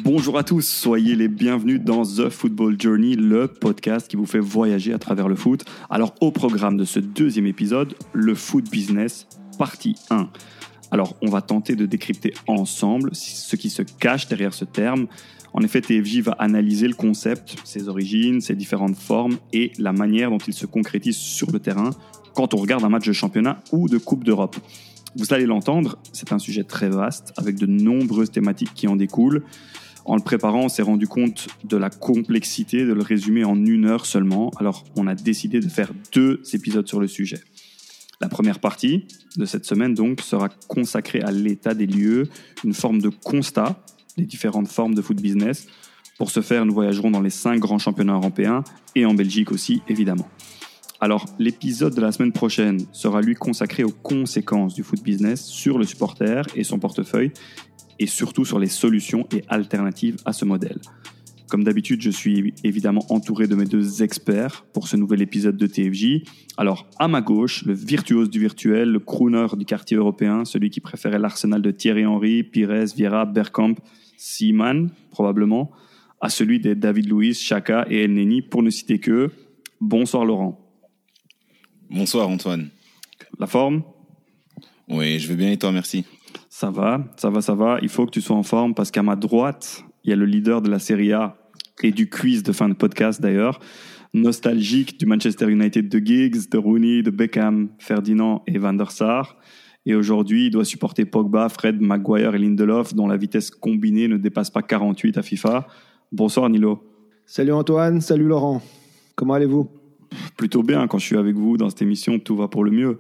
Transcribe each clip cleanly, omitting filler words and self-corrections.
Bonjour à tous, soyez les bienvenus dans The Football Journey, le podcast qui vous fait voyager à travers le foot. Alors au programme de ce deuxième épisode, le foot business, partie 1. Alors on va tenter de décrypter ensemble ce qui se cache derrière ce terme. En effet, TFJ va analyser le concept, ses origines, ses différentes formes et la manière dont il se concrétise sur le terrain quand on regarde un match de championnat ou de Coupe d'Europe. Vous allez l'entendre, c'est un sujet très vaste avec de nombreuses thématiques qui en découlent. En le préparant, on s'est rendu compte de la complexité de le résumer en 1 heure seulement. Alors, on a décidé de faire 2 épisodes sur le sujet. La première partie de cette semaine, donc, sera consacrée à l'état des lieux, une forme de constat des différentes formes de foot business. Pour ce faire, nous voyagerons dans les 5 grands championnats européens et en Belgique aussi, évidemment. Alors, l'épisode de la semaine prochaine sera lui consacré aux conséquences du foot business sur le supporter et son portefeuille, et surtout sur les solutions et alternatives à ce modèle. Comme d'habitude, je suis évidemment entouré de mes 2 experts pour ce nouvel épisode de TFJ. Alors, à ma gauche, le virtuose du virtuel, le crooner du quartier européen, celui qui préférait l'arsenal de Thierry Henry, Pires, Vieira, Bergkamp, Seaman, probablement, à celui des David Luiz, Xhaka et El Neni, pour ne citer qu'eux. Bonsoir Laurent. Bonsoir Antoine. La forme ? Oui, je vais bien et toi, merci. Ça va. Il faut que tu sois en forme parce qu'à ma droite, il y a le leader de la Serie A et du quiz de fin de podcast d'ailleurs, nostalgique du Manchester United de Giggs, de Rooney, de Beckham, Ferdinand et Van der Sar. Et aujourd'hui, il doit supporter Pogba, Fred, Maguire et Lindelof dont la vitesse combinée ne dépasse pas 48 à FIFA. Bonsoir Nilo. Salut Antoine, salut Laurent. Comment allez-vous ? Plutôt bien, quand je suis avec vous dans cette émission, tout va pour le mieux.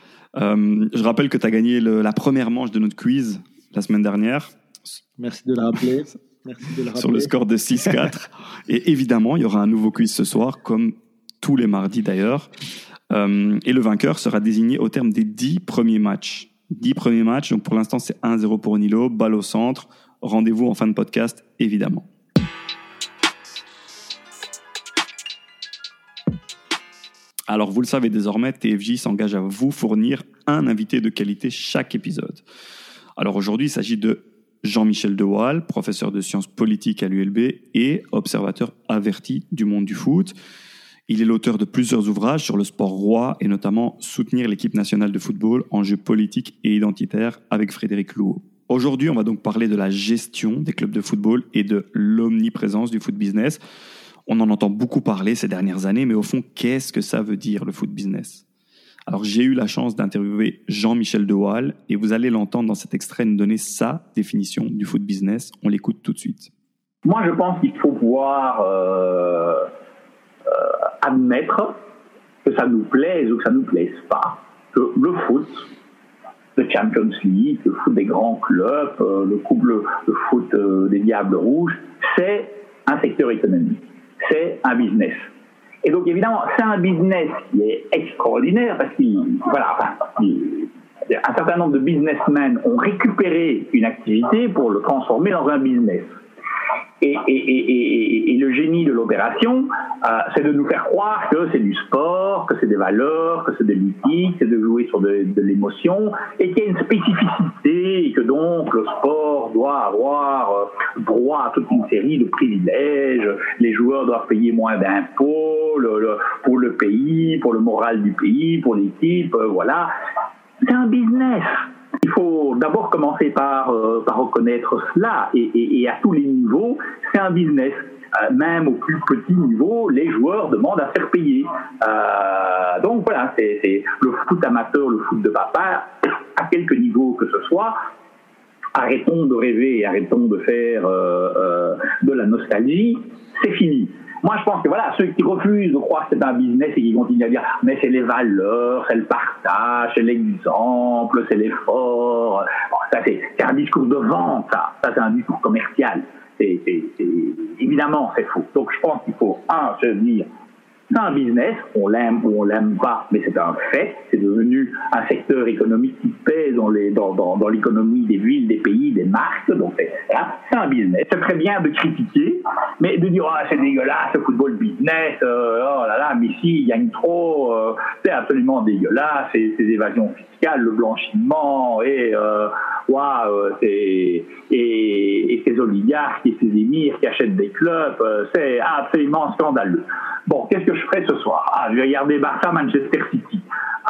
Je rappelle que tu as gagné la première manche de notre quiz la semaine dernière. Merci de le rappeler. Sur le score de 6-4. Et évidemment, il y aura un nouveau quiz ce soir, comme tous les mardis d'ailleurs. Et le vainqueur sera désigné au terme des 10 premiers matchs. 10 premiers matchs, donc pour l'instant c'est 1-0 pour Nilo, balle au centre. Rendez-vous en fin de podcast, évidemment. Alors, vous le savez désormais, TFJ s'engage à vous fournir un invité de qualité chaque épisode. Alors aujourd'hui, il s'agit de Jean-Michel Dewaal, professeur de sciences politiques à l'ULB et observateur averti du monde du foot. Il est l'auteur de plusieurs ouvrages sur le sport roi et notamment soutenir l'équipe nationale de football, enjeux politiques et identitaires avec Frédéric Louot. Aujourd'hui, on va donc parler de la gestion des clubs de football et de l'omniprésence du foot business. On en entend beaucoup parler ces dernières années, mais au fond, qu'est-ce que ça veut dire le foot business ? Alors, j'ai eu la chance d'interviewer Jean-Michel Dewaal et vous allez l'entendre dans cet extrait nous donner sa définition du foot business. On l'écoute tout de suite. Moi, je pense qu'il faut pouvoir admettre que ça nous plaise ou que ça nous plaise pas. Que le foot, le Champions League, le foot des grands clubs, le foot des Diables Rouges, c'est un secteur économique. C'est un business. Et donc, évidemment, c'est un business qui est extraordinaire parce un certain nombre de businessmen ont récupéré une activité pour le transformer dans un business. Et le génie de l'opération, c'est de nous faire croire que c'est du sport, que c'est des valeurs, que c'est de l'éthique, c'est de jouer sur de l'émotion, et qu'il y a une spécificité, et que donc le sport doit avoir droit à toute une série de privilèges, les joueurs doivent payer moins d'impôts pour le pays, pour le moral du pays, pour l'équipe, voilà. C'est un business. Il faut d'abord commencer par reconnaître cela et à tous les niveaux, c'est un business. Même au plus petit niveau, les joueurs demandent à faire payer. Donc voilà, c'est le foot amateur, le foot de papa, à quelque niveau que ce soit. Arrêtons de rêver, arrêtons de faire de la nostalgie, c'est fini. Moi, je pense que voilà, ceux qui refusent de croire que c'est un business et qui continuent à dire mais c'est les valeurs, c'est le partage, c'est l'exemple, c'est l'effort. Bon, ça, c'est un discours de vente, ça c'est un discours commercial. Évidemment, c'est faux. Donc, je pense qu'il faut, se dire, c'est un business, on l'aime ou on l'aime pas, mais c'est un fait. C'est devenu un secteur économique qui pèse dans l'économie des villes, des pays, des marques. Donc c'est un business. C'est très bien de critiquer, mais de dire c'est dégueulasse, le football business, oh là là, Messi il gagne trop, c'est absolument dégueulasse, ces évasions fiscales, le blanchiment et fois et ces oligarques et ces émirs qui achètent des clubs, c'est absolument scandaleux. Bon, qu'est-ce que je ferai ce soir? Je vais regarder Barça-Manchester City.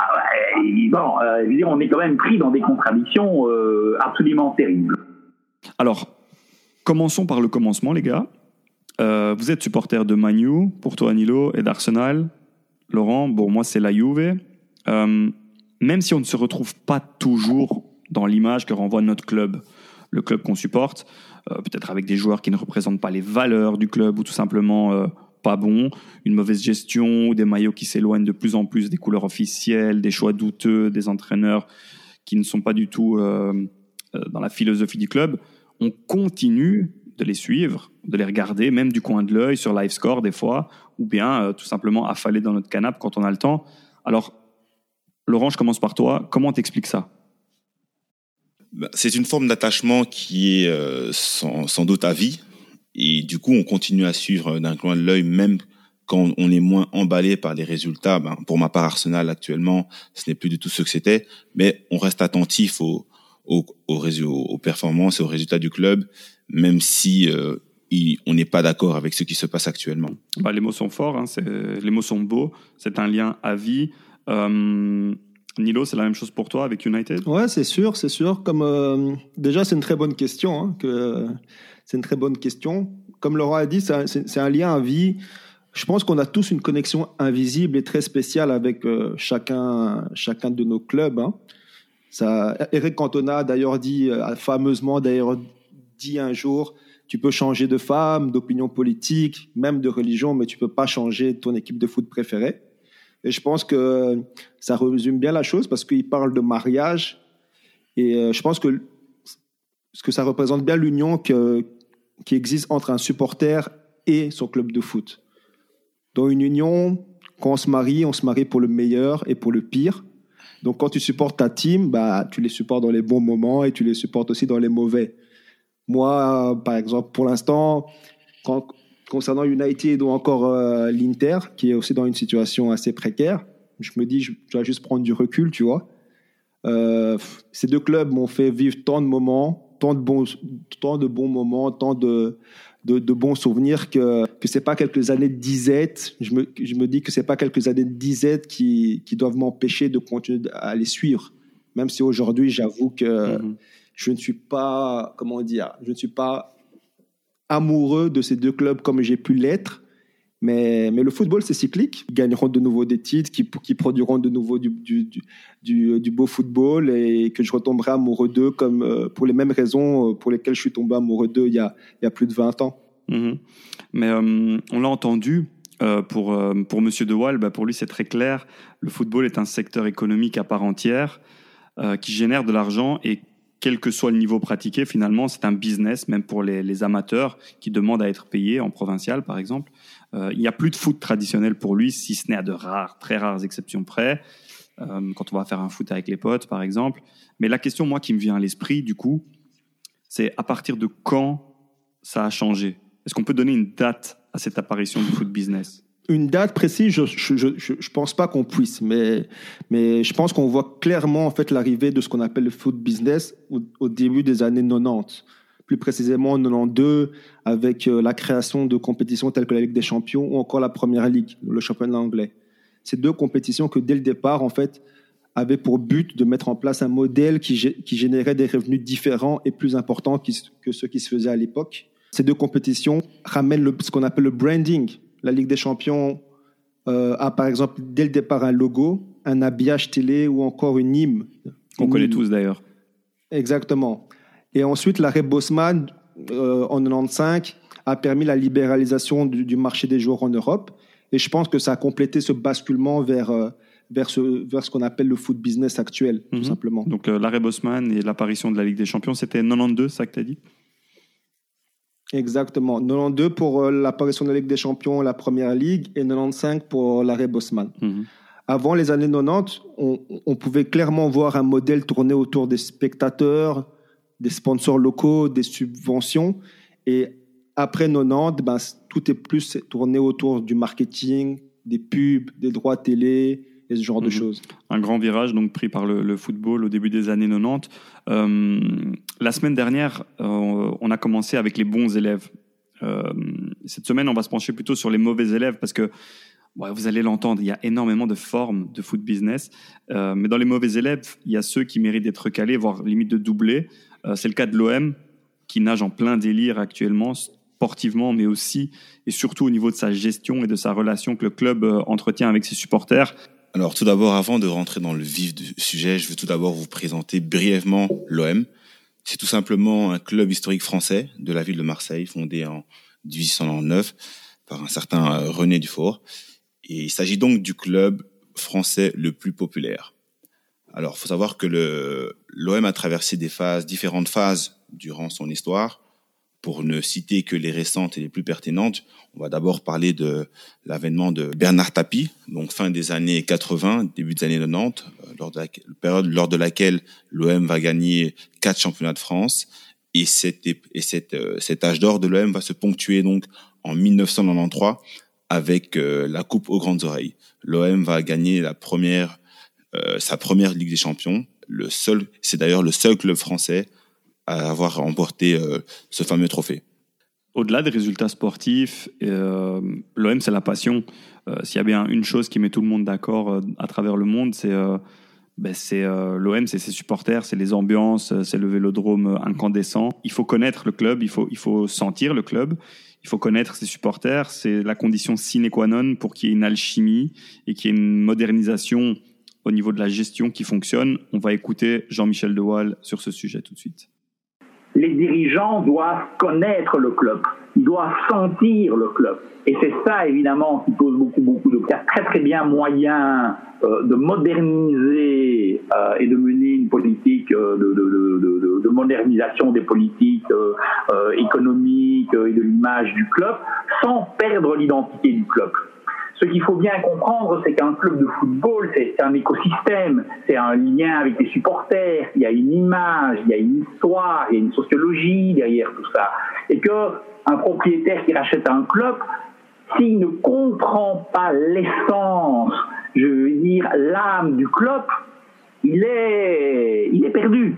On est quand même pris dans des contradictions absolument terribles. Alors, commençons par le commencement, les gars. Vous êtes supporter de Man U, pour toi, Nilo, et d'Arsenal. Laurent, bon, moi, c'est la Juve. Même si on ne se retrouve pas toujours dans l'image que renvoie notre club, le club qu'on supporte, peut-être avec des joueurs qui ne représentent pas les valeurs du club ou tout simplement pas bons, une mauvaise gestion, des maillots qui s'éloignent de plus en plus des couleurs officielles, des choix douteux, des entraîneurs qui ne sont pas du tout dans la philosophie du club, on continue de les suivre, de les regarder, même du coin de l'œil, sur LiveScore des fois, ou bien tout simplement affaler dans notre canapé quand on a le temps. Alors, Laurent, je commence par toi. Comment t'expliques ça? C'est une forme d'attachement qui est sans doute à vie. Et du coup, on continue à suivre d'un coin de l'œil, même quand on est moins emballé par les résultats. Pour ma part, Arsenal, actuellement, ce n'est plus du tout ce que c'était. Mais on reste attentif aux performances et aux résultats du club, même si on n'est pas d'accord avec ce qui se passe actuellement. Les mots sont forts, les mots sont beaux. C'est un lien à vie. Nilo, c'est la même chose pour toi avec United? Ouais, c'est sûr. Comme déjà, c'est une très bonne question. C'est une très bonne question. Comme Laurent a dit, c'est un lien à vie. Je pense qu'on a tous une connexion invisible et très spéciale avec chacun de nos clubs. Eric Cantona a d'ailleurs fameusement dit un jour, tu peux changer de femme, d'opinion politique, même de religion, mais tu peux pas changer ton équipe de foot préférée. Et je pense que ça résume bien la chose parce qu'il parle de mariage. Et je pense que ça représente bien l'union qui existe entre un supporter et son club de foot. Dans une union, quand on se marie pour le meilleur et pour le pire. Donc quand tu supportes ta team, tu les supportes dans les bons moments et tu les supportes aussi dans les mauvais. Moi, par exemple, pour l'instant, concernant United ou encore l'Inter, qui est aussi dans une situation assez précaire, je me dis, je dois juste prendre du recul, tu vois. Ces deux clubs m'ont fait vivre tant de moments, tant de bons moments, tant de bons souvenirs que c'est pas quelques années de disette. Je me dis que c'est pas quelques années de disette qui doivent m'empêcher de continuer à les suivre. Même si aujourd'hui, j'avoue que je ne suis pas, je ne suis pas amoureux de ces deux clubs comme j'ai pu l'être. Mais le football, c'est cyclique. Ils gagneront de nouveau des titres, qui produiront de nouveau du beau football et que je retomberai amoureux d'eux comme pour les mêmes raisons pour lesquelles je suis tombé amoureux d'eux il y a plus de 20 ans. Mais on l'a entendu, pour Monsieur De Waal, pour lui c'est très clair, le football est un secteur économique à part entière qui génère de l'argent et quel que soit le niveau pratiqué, finalement, c'est un business, même pour les amateurs qui demandent à être payés en provincial, par exemple. Il n'y a plus de foot traditionnel pour lui, si ce n'est à de très rares exceptions près, quand on va faire un foot avec les potes, par exemple. Mais la question, moi, qui me vient à l'esprit, du coup, c'est à partir de quand ça a changé? Est-ce qu'on peut donner une date à cette apparition du foot business? Une date précise, je pense pas qu'on puisse, mais je pense qu'on voit clairement en fait l'arrivée de ce qu'on appelle le foot business au début des années 90. Plus précisément en 92, avec la création de compétitions telles que la Ligue des Champions ou encore la Première Ligue, le championnat anglais. Ces deux compétitions que dès le départ, en fait, avaient pour but de mettre en place un modèle qui générait des revenus différents et plus importants que ceux qui se faisaient à l'époque. Ces deux compétitions ramènent ce qu'on appelle le branding. La Ligue des Champions a, par exemple, dès le départ, un logo, un habillage télé ou encore une hymne. Qu'on connaît tous, d'ailleurs. Exactement. Et ensuite, l'arrêt Bosman, en 95, a permis la libéralisation du marché des joueurs en Europe. Et je pense que ça a complété ce basculement vers ce qu'on appelle le foot business actuel, tout simplement. Donc, l'arrêt Bosman et l'apparition de la Ligue des Champions, c'était 92, ça que tu as dit? Exactement. 92 pour l'apparition de la Ligue des Champions, la Première Ligue, et 95 pour l'arrêt Bosman. Avant les années 90, on pouvait clairement voir un modèle tourner autour des spectateurs, des sponsors locaux, des subventions. Et après 90, tout est plus tourné autour du marketing, des pubs, des droits télé, et ce genre de choses. Un grand virage donc pris par le football au début des années 90. La semaine dernière, on a commencé avec les bons élèves. Cette semaine, on va se pencher plutôt sur les mauvais élèves parce que vous allez l'entendre, il y a énormément de formes de foot business. Mais dans les mauvais élèves, il y a ceux qui méritent d'être recalés, voire limite de doubler. C'est le cas de l'OM qui nage en plein délire actuellement, sportivement, mais aussi et surtout au niveau de sa gestion et de sa relation que le club entretient avec ses supporters. Alors tout d'abord, avant de rentrer dans le vif du sujet, je veux tout d'abord vous présenter brièvement l'OM. C'est tout simplement un club historique français de la ville de Marseille, fondé en 1899 par un certain René Dufort. Et il s'agit donc du club français le plus populaire. Alors, il faut savoir que l'OM a traversé différentes phases durant son histoire. Pour ne citer que les récentes et les plus pertinentes, on va d'abord parler de l'avènement de Bernard Tapie, donc fin des années 80, début des années 90, période lors de laquelle l'OM va gagner 4 championnats de France. Et cet âge d'or de l'OM va se ponctuer donc en 1993 avec la Coupe aux grandes oreilles. L'OM va gagner sa première Ligue des Champions. C'est d'ailleurs le seul club français à avoir remporté ce fameux trophée. Au-delà des résultats sportifs, l'OM, c'est la passion. S'il y a bien une chose qui met tout le monde d'accord à travers le monde, c'est l'OM, c'est ses supporters, c'est les ambiances, c'est le vélodrome incandescent. Il faut connaître le club, il faut sentir le club, il faut connaître ses supporters. C'est la condition sine qua non pour qu'il y ait une alchimie et qu'il y ait une modernisation au niveau de la gestion qui fonctionne. On va écouter Jean-Michel De Waal sur ce sujet tout de suite. Les dirigeants doivent connaître le club, ils doivent sentir le club. Et c'est ça, évidemment, qui pose beaucoup de... Il y a très très bien moyen de moderniser et de mener une politique de modernisation des politiques économiques et de l'image du club sans perdre l'identité du club. Ce qu'il faut bien comprendre, c'est qu'un club de football, c'est un écosystème, c'est un lien avec les supporters, il y a une image, il y a une histoire, il y a une sociologie derrière tout ça. Et qu'un propriétaire qui rachète un club, s'il ne comprend pas l'essence, je veux dire l'âme du club, il est perdu.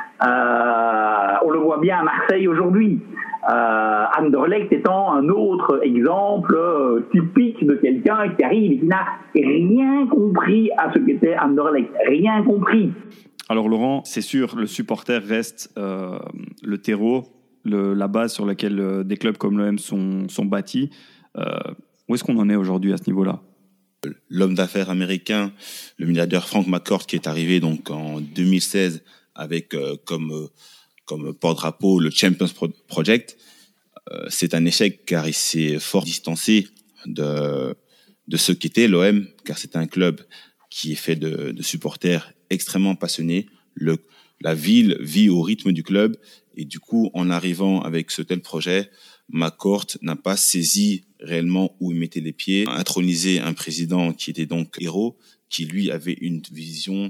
On le voit bien à Marseille aujourd'hui. Anderlecht étant un autre exemple typique de quelqu'un qui arrive et qui n'a rien compris à ce qu'était Anderlecht, rien compris. Alors Laurent, c'est sûr, le supporter reste le terreau, la base sur laquelle des clubs comme l'OM sont bâtis. Où est-ce qu'on en est aujourd'hui à ce niveau-là ? L'homme d'affaires américain, le milliardaire Frank McCourt, qui est arrivé donc en 2016 avec comme porte-drapeau le Champions Project, c'est un échec car il s'est fort distancé de ce qu'était l'OM, car c'est un club qui est fait de supporters extrêmement passionnés. La ville vit au rythme du club et du coup, en arrivant avec ce tel projet, McCourt n'a pas saisi réellement où il mettait les pieds, a intronisé un président qui était donc héros, qui lui avait une vision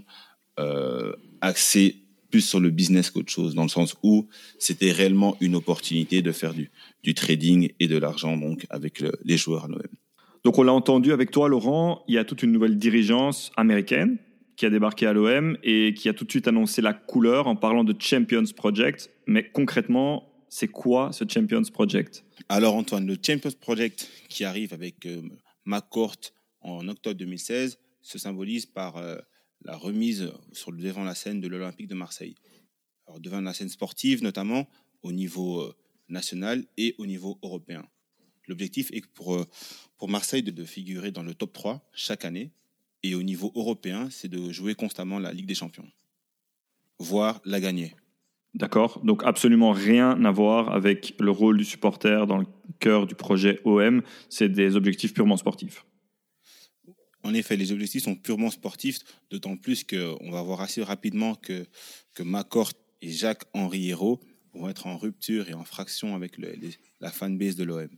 axée plus sur le business qu'autre chose, dans le sens où c'était réellement une opportunité de faire du trading et de l'argent donc avec les joueurs à l'OM. Donc on l'a entendu avec toi, Laurent, il y a toute une nouvelle dirigeance américaine qui a débarqué à l'OM et qui a tout de suite annoncé la couleur en parlant de Champions Project. Mais concrètement, c'est quoi ce Champions Project ? Alors Antoine, le Champions Project qui arrive avec McCourt en octobre 2016 se symbolise par la remise devant la scène de l'Olympique de Marseille. Alors devant la scène sportive notamment, au niveau national et au niveau européen. L'objectif est pour Marseille de figurer dans le top 3 chaque année. Et au niveau européen, c'est de jouer constamment la Ligue des Champions, voire la gagner. D'accord, donc absolument rien à voir avec le rôle du supporter dans le cœur du projet OM, c'est des objectifs purement sportifs. En effet, les objectifs sont purement sportifs, d'autant plus qu'on va voir assez rapidement que McCourt et Jacques-Henri Hérault vont être en rupture et en fraction avec la fanbase de l'OM.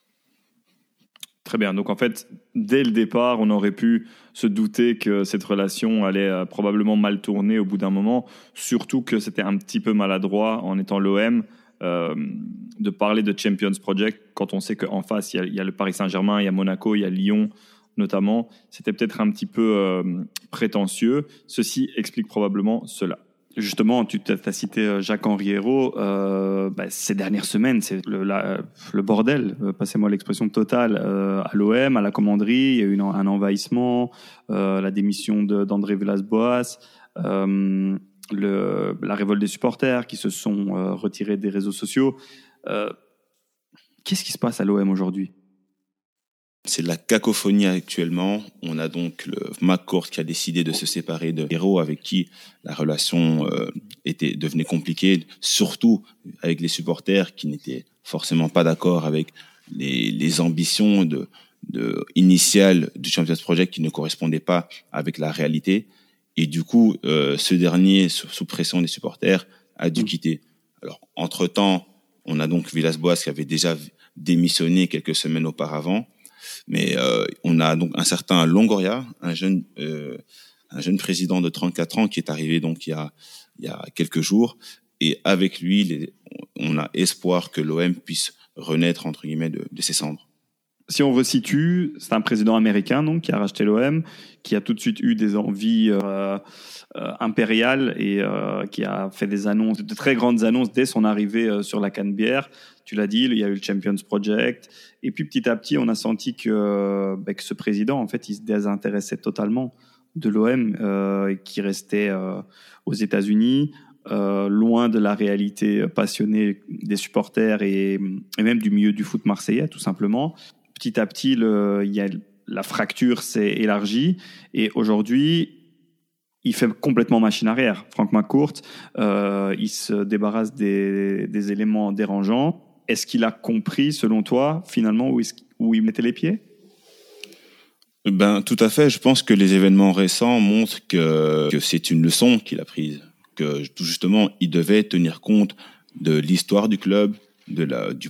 Très bien, donc en fait, dès le départ, on aurait pu se douter que cette relation allait probablement mal tourner au bout d'un moment, surtout que c'était un petit peu maladroit en étant l'OM de parler de Champions Project quand on sait qu'en face, il y a le Paris Saint-Germain, il y a Monaco, il y a Lyon, notamment, c'était peut-être un petit peu prétentieux. Ceci explique probablement cela. Justement, tu as cité Jacques-Henri Hérault. Ces dernières semaines, c'est le bordel, passez-moi l'expression totale, à l'OM, à la commanderie. Il y a eu un envahissement, la démission d'André Villas-Boas, la révolte des supporters qui se sont retirés des réseaux sociaux. Qu'est-ce qui se passe à l'OM aujourd'hui ? C'est de la cacophonie actuellement. On a donc le McCourt qui a décidé de se séparer de Hérault, avec qui la relation devenait compliquée, surtout avec les supporters qui n'étaient forcément pas d'accord avec les ambitions initiales du Champions Project, qui ne correspondaient pas avec la réalité. Et du coup, ce dernier, sous pression des supporters, a dû quitter. Alors, entre-temps, on a donc Villas-Boas qui avait déjà démissionné quelques semaines auparavant. Mais on a donc un certain Longoria, un jeune président de 34 ans qui est arrivé donc il y a quelques jours, et avec lui on a espoir que l'OM puisse renaître entre guillemets de ses cendres. Si on resitue, c'est un président américain donc qui a racheté l'OM, qui a tout de suite eu des envies impériales et qui a fait de très grandes annonces dès son arrivée sur la Canebière. Tu l'as dit, il y a eu le Champions Project. Et puis petit à petit, on a senti que ce président, en fait, il se désintéressait totalement de l'OM, qui restait aux États-Unis, loin de la réalité passionnée des supporters et même du milieu du foot marseillais, tout simplement. Petit à petit, la fracture s'est élargie et aujourd'hui, il fait complètement machine arrière. Franck McCourt, il se débarrasse des éléments dérangeants. Est-ce qu'il a compris, selon toi, finalement, où il mettait les pieds ? Tout à fait. Je pense que les événements récents montrent que c'est une leçon qu'il a prise. Que tout justement, il devait tenir compte de l'histoire du club, de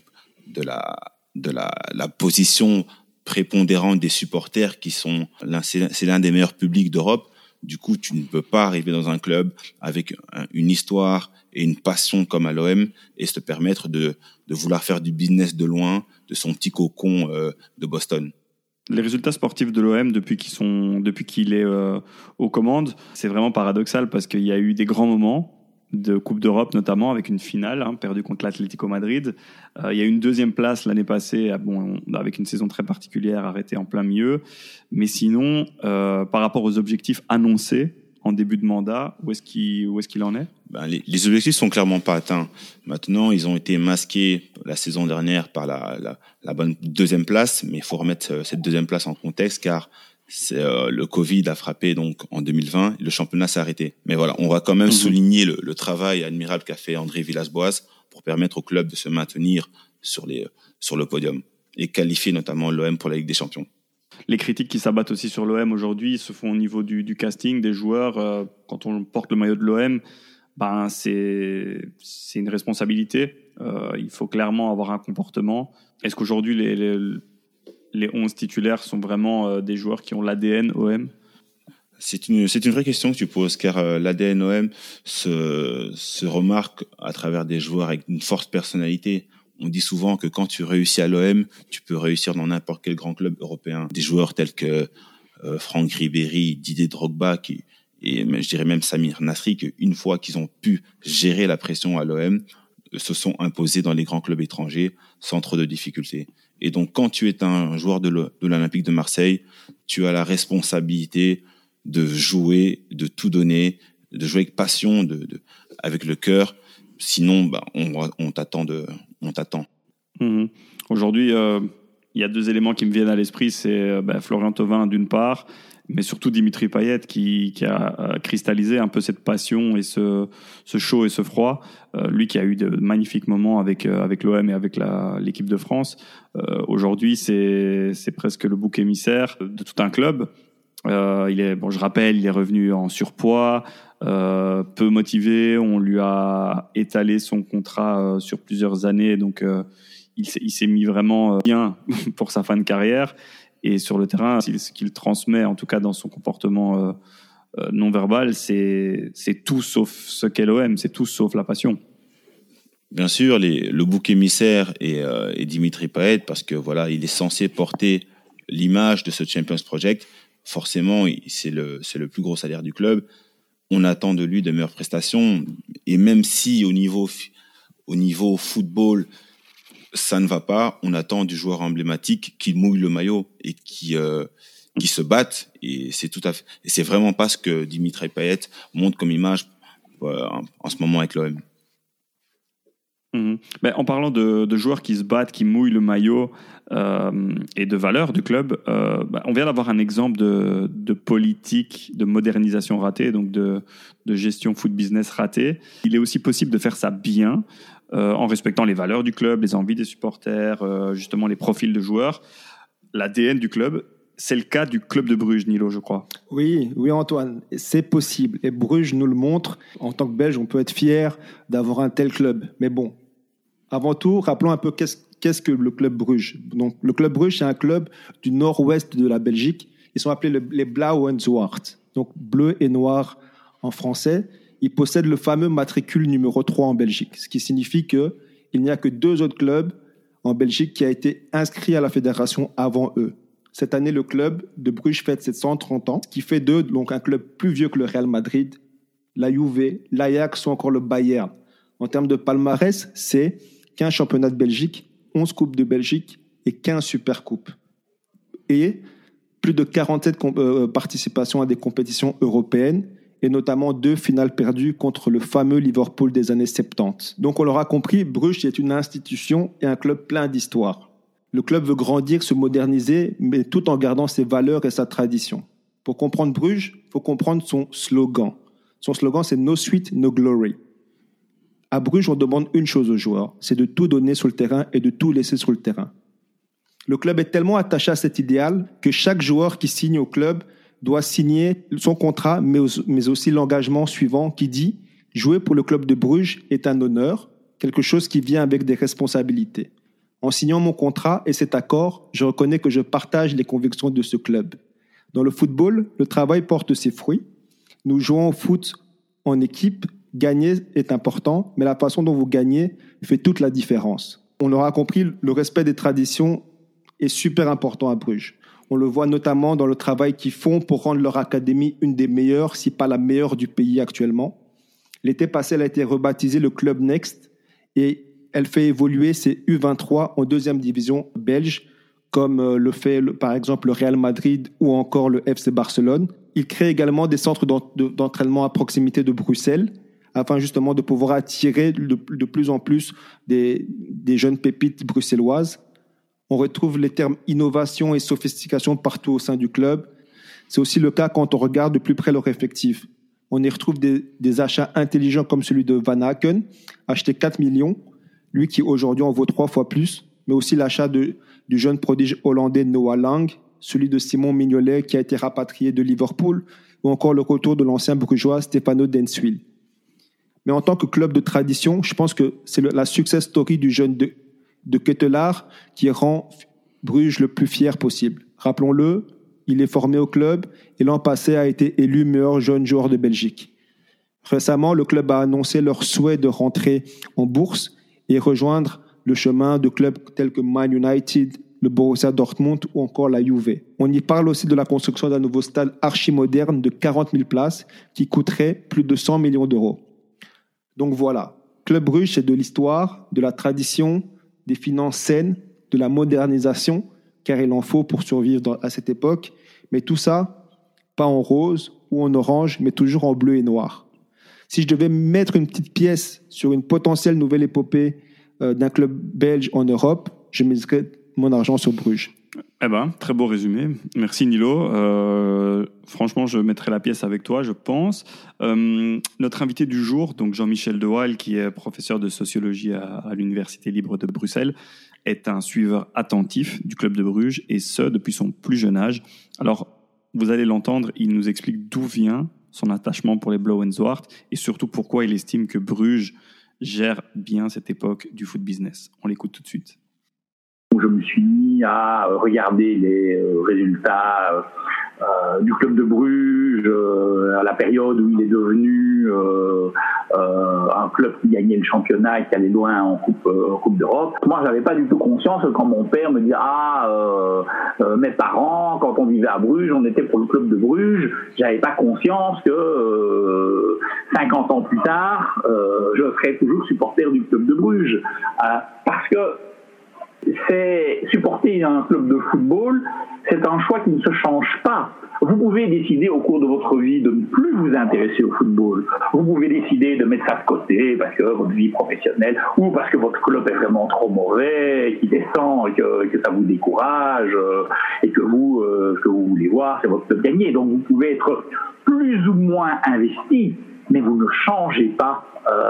la position prépondérante des supporters c'est l'un des meilleurs publics d'Europe. Du coup, tu ne peux pas arriver dans un club avec une histoire et une passion comme à l'OM et se permettre de vouloir faire du business de loin, de son petit cocon de Boston. Les résultats sportifs de l'OM depuis qu'il est aux commandes, c'est vraiment paradoxal parce qu'il y a eu des grands moments de Coupe d'Europe, notamment avec une finale perdue contre l'Atlético Madrid. Il y a eu une deuxième place l'année passée, avec une saison très particulière arrêtée en plein milieu. Mais sinon, par rapport aux objectifs annoncés en début de mandat, où est-ce qu'il en est ? Les objectifs sont clairement pas atteints. Maintenant, ils ont été masqués la saison dernière par la bonne deuxième place, mais il faut remettre cette deuxième place en contexte car le Covid a frappé donc en 2020 et le championnat s'est arrêté. Mais voilà, on va quand même souligner le travail admirable qu'a fait André Villas-Boas pour permettre au club de se maintenir sur le podium et qualifier notamment l'OM pour la Ligue des Champions. Les critiques qui s'abattent aussi sur l'OM aujourd'hui se font au niveau du casting des joueurs. Quand on porte le maillot de l'OM, c'est une responsabilité. Il faut clairement avoir un comportement. Est-ce qu'aujourd'hui, les 11 titulaires sont vraiment des joueurs qui ont l'ADN OM ? C'est une vraie question que tu poses, car l'ADN OM se remarque à travers des joueurs avec une forte personnalité. On dit souvent que quand tu réussis à l'OM, tu peux réussir dans n'importe quel grand club européen. Des joueurs tels que Franck Ribéry, Didier Drogba, et je dirais même Samir Nasri, qu'une fois qu'ils ont pu gérer la pression à l'OM, se sont imposés dans les grands clubs étrangers sans trop de difficultés. Et donc, quand tu es un joueur de l'Olympique de Marseille, tu as la responsabilité de jouer, de tout donner, de jouer avec passion, avec le cœur. Sinon, on t'attend. Aujourd'hui, il y a deux éléments qui me viennent à l'esprit. C'est Florian Thauvin d'une part, mais surtout Dimitri Payet qui a cristallisé un peu cette passion et ce chaud et ce froid. Lui qui a eu de magnifiques moments avec l'OM et avec l'équipe de France. Aujourd'hui, c'est presque le bouc émissaire de tout un club. Je rappelle, il est revenu en surpoids, peu motivé. On lui a étalé son contrat sur plusieurs années, donc il s'est mis vraiment bien pour sa fin de carrière. Et sur le terrain, ce qu'il transmet, en tout cas dans son comportement non verbal, c'est tout sauf ce qu'est l'OM, c'est tout sauf la passion. Bien sûr, le bouc émissaire est Dimitri Payet, parce que voilà, il est censé porter l'image de ce Champions Project, forcément, c'est le plus gros salaire du club. On attend de lui de meilleures prestations. Et même si au niveau football, ça ne va pas, on attend du joueur emblématique qu'il mouille le maillot et qui se batte. Et c'est vraiment pas ce que Dimitri Payet montre comme image en ce moment avec l'OM. Ben, en parlant de joueurs qui se battent, qui mouillent le maillot et de valeur du club, on vient d'avoir un exemple de politique de modernisation ratée, donc de gestion foot business ratée. Il est aussi possible de faire ça bien en respectant les valeurs du club, les envies des supporters, justement les profils de joueurs, l'ADN du club. C'est le cas du club de Bruges, Nilo, je crois. Oui, Antoine, c'est possible. Et Bruges nous le montre. En tant que Belge, on peut être fier d'avoir un tel club. Mais bon, avant tout, rappelons un peu qu'est-ce que le club Bruges. Donc, le club Bruges, c'est un club du nord-ouest de la Belgique. Ils sont appelés les Blauw en Zwart, donc bleu et noir en français. Ils possèdent le fameux matricule numéro 3 en Belgique, ce qui signifie qu'il n'y a que 2 autres clubs en Belgique qui ont été inscrits à la fédération avant eux. Cette année, le club de Bruges fête ses 130 ans, ce qui fait d'eux donc un club plus vieux que le Real Madrid, la Juve, l'Ajax ou encore le Bayern. En termes de palmarès, c'est 15 championnats de Belgique, 11 coupes de Belgique et 15 supercoupes. Et plus de 47 participations à des compétitions européennes et notamment 2 finales perdues contre le fameux Liverpool des années 70. Donc on l'aura compris, Bruges est une institution et un club plein d'histoire. Le club veut grandir, se moderniser, mais tout en gardant ses valeurs et sa tradition. Pour comprendre Bruges, il faut comprendre son slogan. Son slogan, c'est « No sweat, no glory ». À Bruges, on demande une chose aux joueurs, c'est de tout donner sur le terrain et de tout laisser sur le terrain. Le club est tellement attaché à cet idéal que chaque joueur qui signe au club doit signer son contrat, mais aussi l'engagement suivant qui dit « Jouer pour le club de Bruges est un honneur, quelque chose qui vient avec des responsabilités. En signant mon contrat et cet accord, je reconnais que je partage les convictions de ce club. Dans le football, le travail porte ses fruits. Nous jouons au foot en équipe. Gagner est important, mais la façon dont vous gagnez fait toute la différence. » On l'aura compris, le respect des traditions est super important à Bruges. On le voit notamment dans le travail qu'ils font pour rendre leur académie une des meilleures, si pas la meilleure du pays actuellement. L'été passé, elle a été rebaptisée le Club Next et elle fait évoluer ses U23 en 2e division belge, comme le fait par exemple le Real Madrid ou encore le FC Barcelone. Il crée également des centres d'entraînement à proximité de Bruxelles, afin justement de pouvoir attirer de plus en plus des jeunes pépites bruxelloises. On retrouve les termes innovation et sophistication partout au sein du club. C'est aussi le cas quand on regarde de plus près leur effectif. On y retrouve des achats intelligents comme celui de Van Aken, acheté 4 millions, lui qui aujourd'hui en vaut 3 fois plus, mais aussi l'achat du jeune prodige hollandais Noah Lang, celui de Simon Mignolet qui a été rapatrié de Liverpool, ou encore le retour de l'ancien brugeois Stefano Denswil. Mais en tant que club de tradition, je pense que c'est la success story du jeune de Ketelaar qui rend Bruges le plus fier possible. Rappelons-le, il est formé au club et l'an passé a été élu meilleur jeune joueur de Belgique. Récemment, le club a annoncé leur souhait de rentrer en bourse et rejoindre le chemin de clubs tels que Man United, le Borussia Dortmund ou encore la Juve. On y parle aussi de la construction d'un nouveau stade archi-moderne de 40 000 places qui coûterait plus de 100 millions d'euros. Donc voilà, Club Bruges, c'est de l'histoire, de la tradition, des finances saines, de la modernisation, car il en faut pour survivre à cette époque. Mais tout ça, pas en rose ou en orange, mais toujours en bleu et noir. Si je devais mettre une petite pièce sur une potentielle nouvelle épopée d'un club belge en Europe, je mettrais mon argent sur Bruges. Eh ben, très beau résumé. Merci Nilo. Franchement, je mettrai la pièce avec toi, je pense. Notre invité du jour, donc Jean-Michel De Waal, qui est professeur de sociologie à l'Université libre de Bruxelles, est un suiveur attentif du club de Bruges, et ce, depuis son plus jeune âge. Alors, vous allez l'entendre, il nous explique d'où vient son attachement pour les Blauw en Zwart, et surtout pourquoi il estime que Bruges gère bien cette époque du foot business. On l'écoute tout de suite. Je me suis mis à regarder les résultats du club de Bruges à la période où il est devenu un un club qui gagnait le championnat et qui allait loin en Coupe d'Europe. Moi, j'avais pas du tout conscience que quand mon père me dit mes parents, quand on vivait à Bruges, on était pour le club de Bruges. J'avais pas conscience que 50 ans plus tard, je serais toujours supporter du club de Bruges, parce que c'est supporter un club de football, c'est un choix qui ne se change pas. Vous pouvez décider au cours de votre vie de ne plus vous intéresser au football. Vous pouvez décider de mettre ça de côté parce que votre vie professionnelle ou parce que votre club est vraiment trop mauvais, qui descend et que ça vous décourage et que vous, ce que vous voulez voir, c'est votre club gagner. Donc vous pouvez être plus ou moins investi, mais vous ne changez pas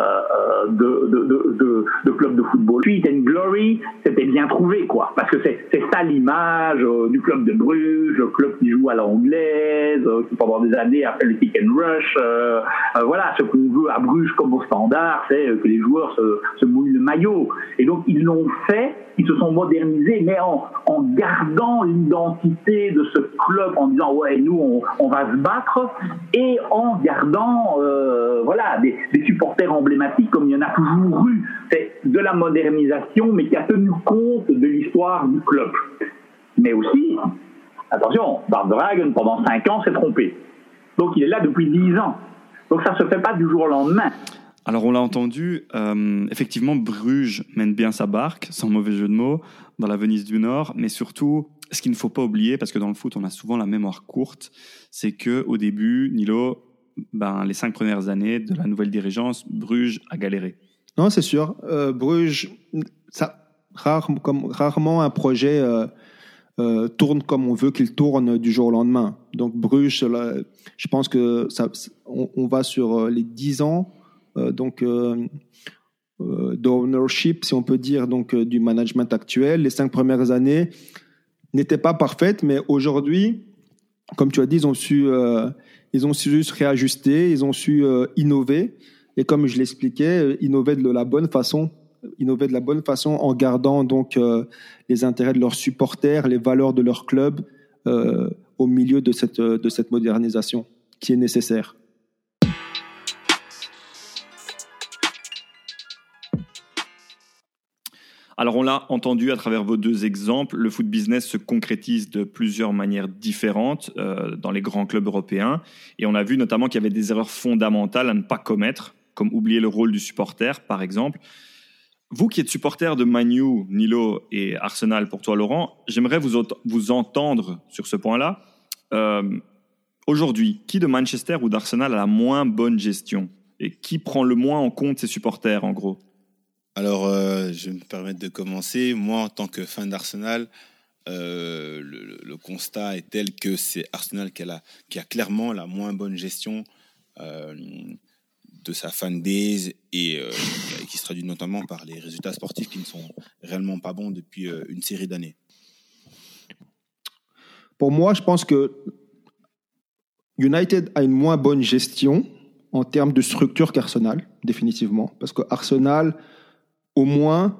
de club de football. Sweet and Glory, c'était bien trouvé, quoi, parce que c'est ça l'image du club de Bruges, le club qui joue à l'anglaise, qui pendant des années a fait le kick and rush. Voilà, ce qu'on veut à Bruges comme au Standard, c'est que les joueurs se mouillent le maillot. Et donc ils l'ont fait, ils se sont modernisés, mais en gardant l'identité de ce club, en disant ouais, nous on va se battre, et en gardant voilà des supporters emblématiques comme il y en a toujours eu. C'est de la modernisation, mais qui a tenu compte de l'histoire du club. Mais aussi, attention, Bart Verhaegen, pendant 5 ans, s'est trompé. Donc il est là depuis 10 ans. Donc ça ne se fait pas du jour au lendemain. Alors on l'a entendu, effectivement Bruges mène bien sa barque, sans mauvais jeu de mots, dans la Venise du Nord, mais surtout, ce qu'il ne faut pas oublier, parce que dans le foot on a souvent la mémoire courte, c'est qu'au début, Nilo, les 5 premières années de la nouvelle dirigeance, Bruges a galéré. Non, c'est sûr. Bruges, rarement un projet tourne comme on veut qu'il tourne du jour au lendemain. Donc Bruges, je pense que on va sur les 10 ans d'ownership, si on peut dire, donc du management actuel. Les 5 premières années n'étaient pas parfaites, mais aujourd'hui, comme tu as dit, ils ont su se réajuster, ils ont su innover. Et comme je l'expliquais, innover de la bonne façon en gardant donc les intérêts de leurs supporters, les valeurs de leur club au milieu de cette modernisation qui est nécessaire. Alors on l'a entendu à travers vos 2 exemples, le foot business se concrétise de plusieurs manières différentes dans les grands clubs européens. Et on a vu notamment qu'il y avait des erreurs fondamentales à ne pas commettre, comme oublier le rôle du supporter, par exemple. Vous qui êtes supporter de Man U, Nilo et Arsenal pour toi, Laurent, j'aimerais vous entendre sur ce point-là. Aujourd'hui, qui de Manchester ou d'Arsenal a la moins bonne gestion? Et qui prend le moins en compte ses supporters, en gros? Alors, je vais me permettre de commencer. Moi, en tant que fan d'Arsenal, le constat est tel que c'est Arsenal qui a clairement la moins bonne gestion de sa fanbase et qui se traduit notamment par les résultats sportifs qui ne sont réellement pas bons depuis une série d'années. Pour moi, je pense que United a une moins bonne gestion en termes de structure qu'Arsenal, définitivement. Parce que Arsenal, au moins,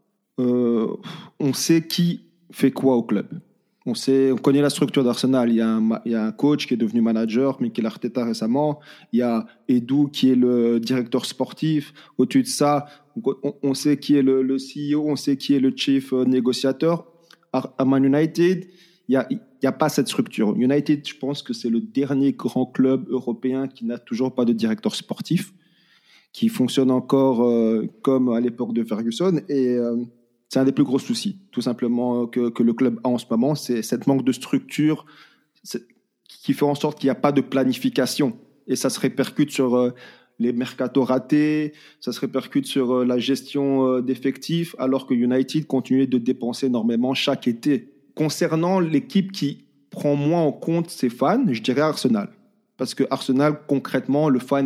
on sait qui fait quoi au club. On connaît la structure d'Arsenal. Il y a un coach qui est devenu manager, Mikel Arteta récemment. Il y a Edu qui est le directeur sportif. Au-dessus de ça, on sait qui est le CEO, on sait qui est le chief négociateur. À Man United, il n'y a pas cette structure. United, je pense que c'est le dernier grand club européen qui n'a toujours pas de directeur sportif, qui fonctionne encore comme à l'époque de Ferguson. Et c'est un des plus gros soucis, tout simplement, que le club a en ce moment. C'est cette manque de structure qui fait en sorte qu'il n'y a pas de planification. Et ça se répercute sur les mercatos ratés, ça se répercute sur la gestion d'effectifs, alors que United continue de dépenser énormément chaque été. Concernant l'équipe qui prend moins en compte ses fans, je dirais Arsenal. Parce que Arsenal, concrètement, le fan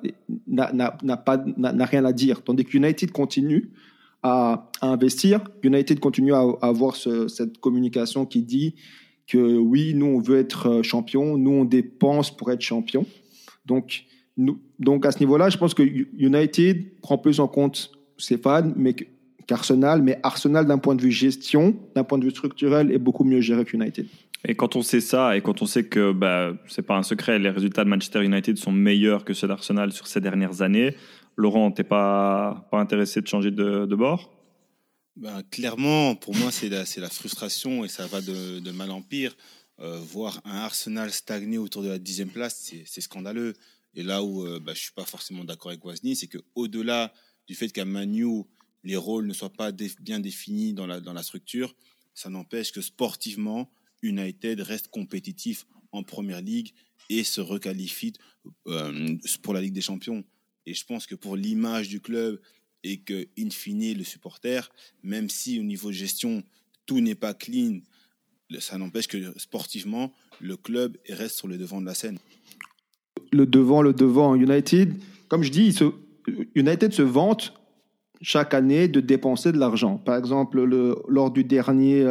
n'a rien à dire. Tandis que United continue à investir. United continue à avoir cette communication qui dit que oui, nous, on veut être champion. Nous, on dépense pour être champion. Donc à ce niveau-là, je pense que United prend plus en compte ses fans qu'Arsenal. Mais Arsenal, d'un point de vue gestion, d'un point de vue structurel, est beaucoup mieux géré qu'United. Et quand on sait ça, et quand on sait que c'est pas un secret, les résultats de Manchester United sont meilleurs que ceux d'Arsenal sur ces dernières années, Laurent, t'es pas intéressé de changer de bord? Clairement, pour moi, c'est la frustration et ça va de mal en pire. Voir un Arsenal stagner autour de la 10e place, c'est scandaleux. Et là où je suis pas forcément d'accord avec Wazny, c'est qu'au-delà du fait qu'à Man U, les rôles ne soient pas bien définis dans la structure, ça n'empêche que sportivement, United reste compétitif en Première Ligue et se requalifie pour la Ligue des Champions. Et je pense que pour l'image du club et que, in fine, le supporter, même si au niveau gestion, tout n'est pas clean, ça n'empêche que sportivement, le club reste sur le devant de la scène. Le devant. United, comme je dis, United se vante chaque année de dépenser de l'argent. Par exemple, lors du dernier,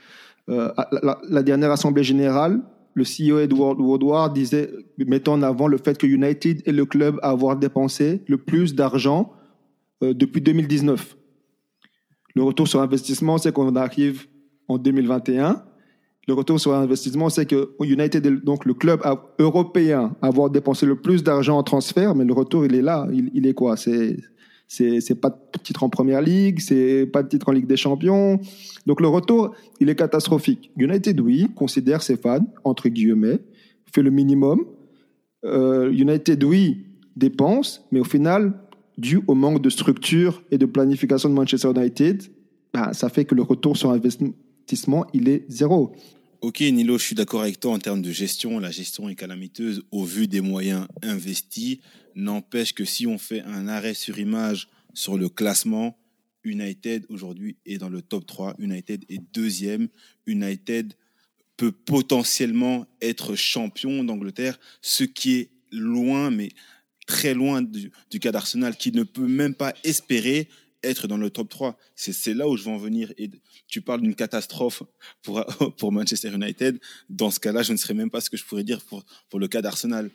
la dernière assemblée générale, le CEO Edward Woodward disait, mettant en avant le fait que United est le club à avoir dépensé le plus d'argent depuis 2019. Le retour sur investissement, c'est qu'on arrive en 2021. Le retour sur investissement, c'est que United est donc le club européen à avoir dépensé le plus d'argent en transfert, mais le retour, il est là. Il est quoi? C'est pas de titre en Première Ligue, c'est pas de titre en Ligue des Champions. Donc le retour, il est catastrophique. United, oui, considère ses fans, entre guillemets, fait le minimum. United, oui, dépense, mais au final, dû au manque de structure et de planification de Manchester United, ça fait que le retour sur investissement, il est zéro. Ok, Nilo, je suis d'accord avec toi en termes de gestion. La gestion est calamiteuse au vu des moyens investis. N'empêche que si on fait un arrêt sur image sur le classement, United aujourd'hui est dans le top 3. United est deuxième. United peut potentiellement être champion d'Angleterre, ce qui est loin, mais très loin du cas d'Arsenal, qui ne peut même pas espérer être dans le top 3. C'est là où je veux en venir. Et tu parles d'une catastrophe pour Manchester United. Dans ce cas-là, je ne sais même pas ce que je pourrais dire pour le cas d'Arsenal.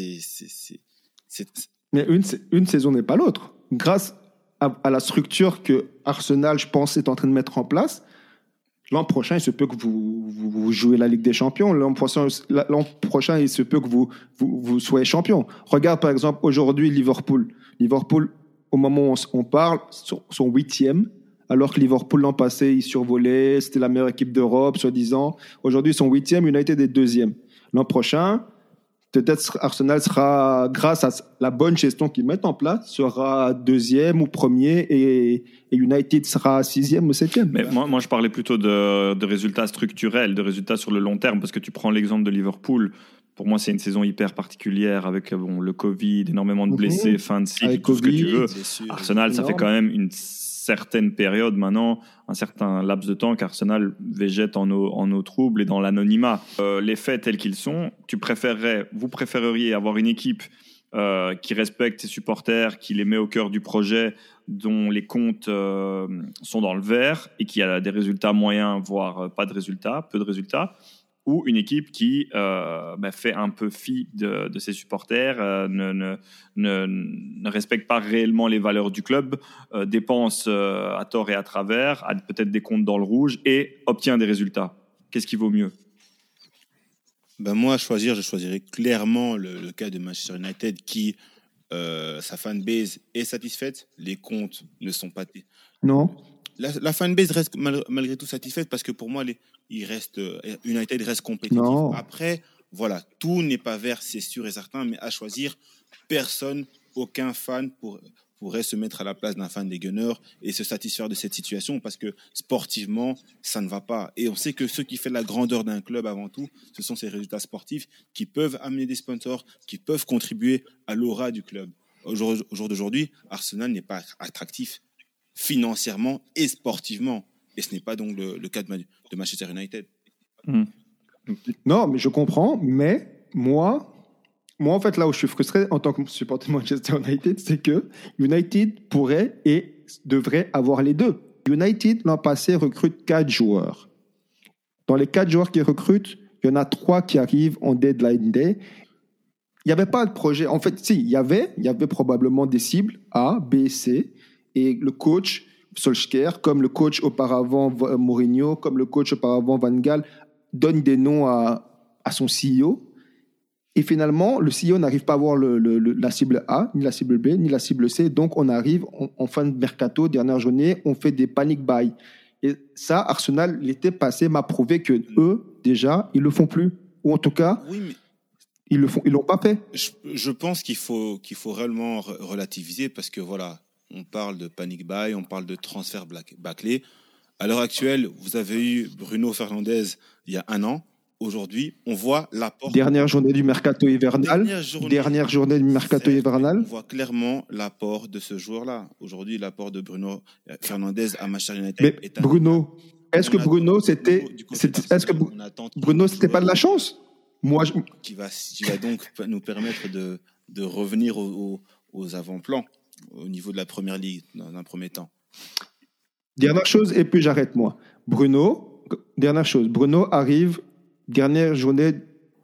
Mais une saison n'est pas l'autre. Grâce à la structure que Arsenal, je pense, est en train de mettre en place, l'an prochain, il se peut que vous jouez la Ligue des Champions. L'an prochain, il se peut que vous soyez champion. Regarde, par exemple, aujourd'hui, Liverpool. Liverpool, au moment où on parle, sont 8e, alors que Liverpool, l'an passé, ils survolaient, c'était la meilleure équipe d'Europe, soi-disant. Aujourd'hui, ils sont 8e, United est 2e. L'an prochain, peut-être Arsenal sera, grâce à la bonne gestion qu'ils mettent en place, sera 2e ou 1er et United sera 6e ou 7e. Mais moi, je parlais plutôt de résultats structurels, de résultats sur le long terme, parce que tu prends l'exemple de Liverpool. Pour moi, c'est une saison hyper particulière avec le Covid, énormément de blessés, fin de cycle, tout ce que tu veux. Arsenal, ça fait quand même une certaine période maintenant, un certain laps de temps qu'Arsenal végète en eau trouble et dans l'anonymat. Les faits tels qu'ils sont, vous préféreriez avoir une équipe qui respecte ses supporters, qui les met au cœur du projet, dont les comptes sont dans le vert et qui a des résultats moyens, voire pas de résultats, peu de résultats, ou une équipe qui fait un peu fi de ses supporters, ne respecte pas réellement les valeurs du club, dépense à tort et à travers, a peut-être des comptes dans le rouge et obtient des résultats. Qu'est-ce qui vaut mieux ? Moi, je choisirais clairement le cas de Manchester United qui, sa fanbase est satisfaite, les comptes ne sont pas... Non. La fanbase reste malgré tout satisfaite parce que pour moi, United reste compétitif. Non. Après, voilà, tout n'est pas vert, c'est sûr et certain, mais à choisir, aucun fan pourrait se mettre à la place d'un fan des Gunners et se satisfaire de cette situation parce que sportivement, ça ne va pas. Et on sait que ce qui fait la grandeur d'un club avant tout, ce sont ses résultats sportifs qui peuvent amener des sponsors, qui peuvent contribuer à l'aura du club. Au jour d'aujourd'hui, Arsenal n'est pas attractif financièrement et sportivement. Et ce n'est pas donc le cas de Manchester United. Non, mais je comprends. Mais moi, en fait, là où je suis frustré en tant que supporter de Manchester United, c'est que United pourrait et devrait avoir les deux. United, l'an passé, recrute 4 joueurs. Dans les 4 joueurs qu'ils recrutent, il y en a 3 qui arrivent en deadline day. Il n'y avait pas de projet. En fait, si, il y avait probablement des cibles A, B, C. Et le coach Solskjaer, comme le coach auparavant Mourinho, comme le coach auparavant Van Gaal, donne des noms à son CEO. Et finalement, le CEO n'arrive pas à avoir la cible A, ni la cible B, ni la cible C. Donc, on arrive en fin de mercato, dernière journée, on fait des panic buy. Et ça, Arsenal, l'été passé, m'a prouvé que eux, déjà, ils le font plus. Ou en tout cas, Oui, mais ils l'ont pas fait. je pense qu'il faut réellement relativiser parce que voilà, on parle de panic buy, on parle de transfert bâclé. À l'heure actuelle, vous avez eu Bruno Fernandes il y a 1 an. Aujourd'hui, on voit l'apport. Dernière journée du mercato hivernal. Dernière journée du mercato hivernal. On voit clairement l'apport de ce joueur-là. Aujourd'hui, l'apport de Bruno Fernandes à Manchester United. Mais Bruno, est-ce que Bruno, c'était pas de la chance? Moi, qui va donc nous permettre de revenir aux avant-plans au niveau de la première ligue dans un premier temps. Dernière chose, et puis j'arrête moi. Bruno arrive, dernière journée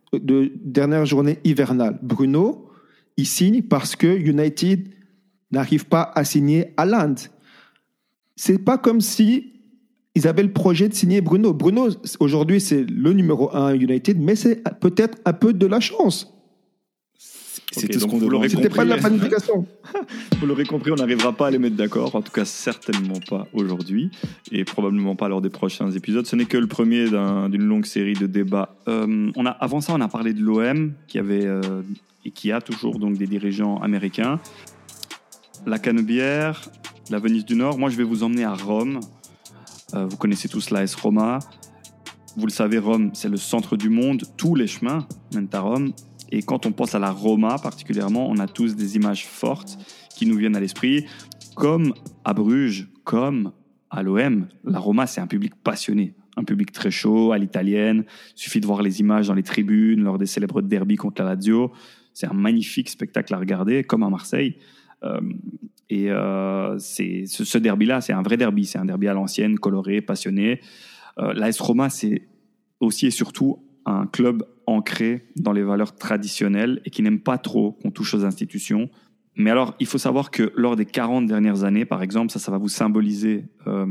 hivernale. Bruno, il signe parce que United n'arrive pas à signer Haaland. C'est pas comme si ils avaient le projet de signer Bruno. Bruno, aujourd'hui, c'est le numéro 1 United, mais c'est peut-être un peu de la chance. C'est tout ce qu'on demande. C'était pas de la planification. Vous l'aurez compris, on n'arrivera pas à les mettre d'accord. En tout cas, certainement pas aujourd'hui et probablement pas lors des prochains épisodes. Ce n'est que le premier d'une longue série de débats. Avant ça, on a parlé de l'OM qui avait et qui a toujours donc des dirigeants américains. La Canebière, la Venise du Nord. Moi, je vais vous emmener à Rome. Vous connaissez tous l'AS Roma. Vous le savez, Rome, c'est le centre du monde. Tous les chemins mènent à Rome. Et quand on pense à la Roma particulièrement, on a tous des images fortes qui nous viennent à l'esprit. Comme à Bruges, comme à l'OM, la Roma, c'est un public passionné. Un public très chaud, à l'italienne. Il suffit de voir les images dans les tribunes, lors des célèbres derbys contre la Lazio. C'est un magnifique spectacle à regarder, comme à Marseille. Ce derby-là, c'est un vrai derby. C'est un derby à l'ancienne, coloré, passionné. L'AS Roma, c'est aussi et surtout un club ancré dans les valeurs traditionnelles et qui n'aime pas trop qu'on touche aux institutions. Mais alors, il faut savoir que lors des 40 dernières années, par exemple, ça va vous symboliser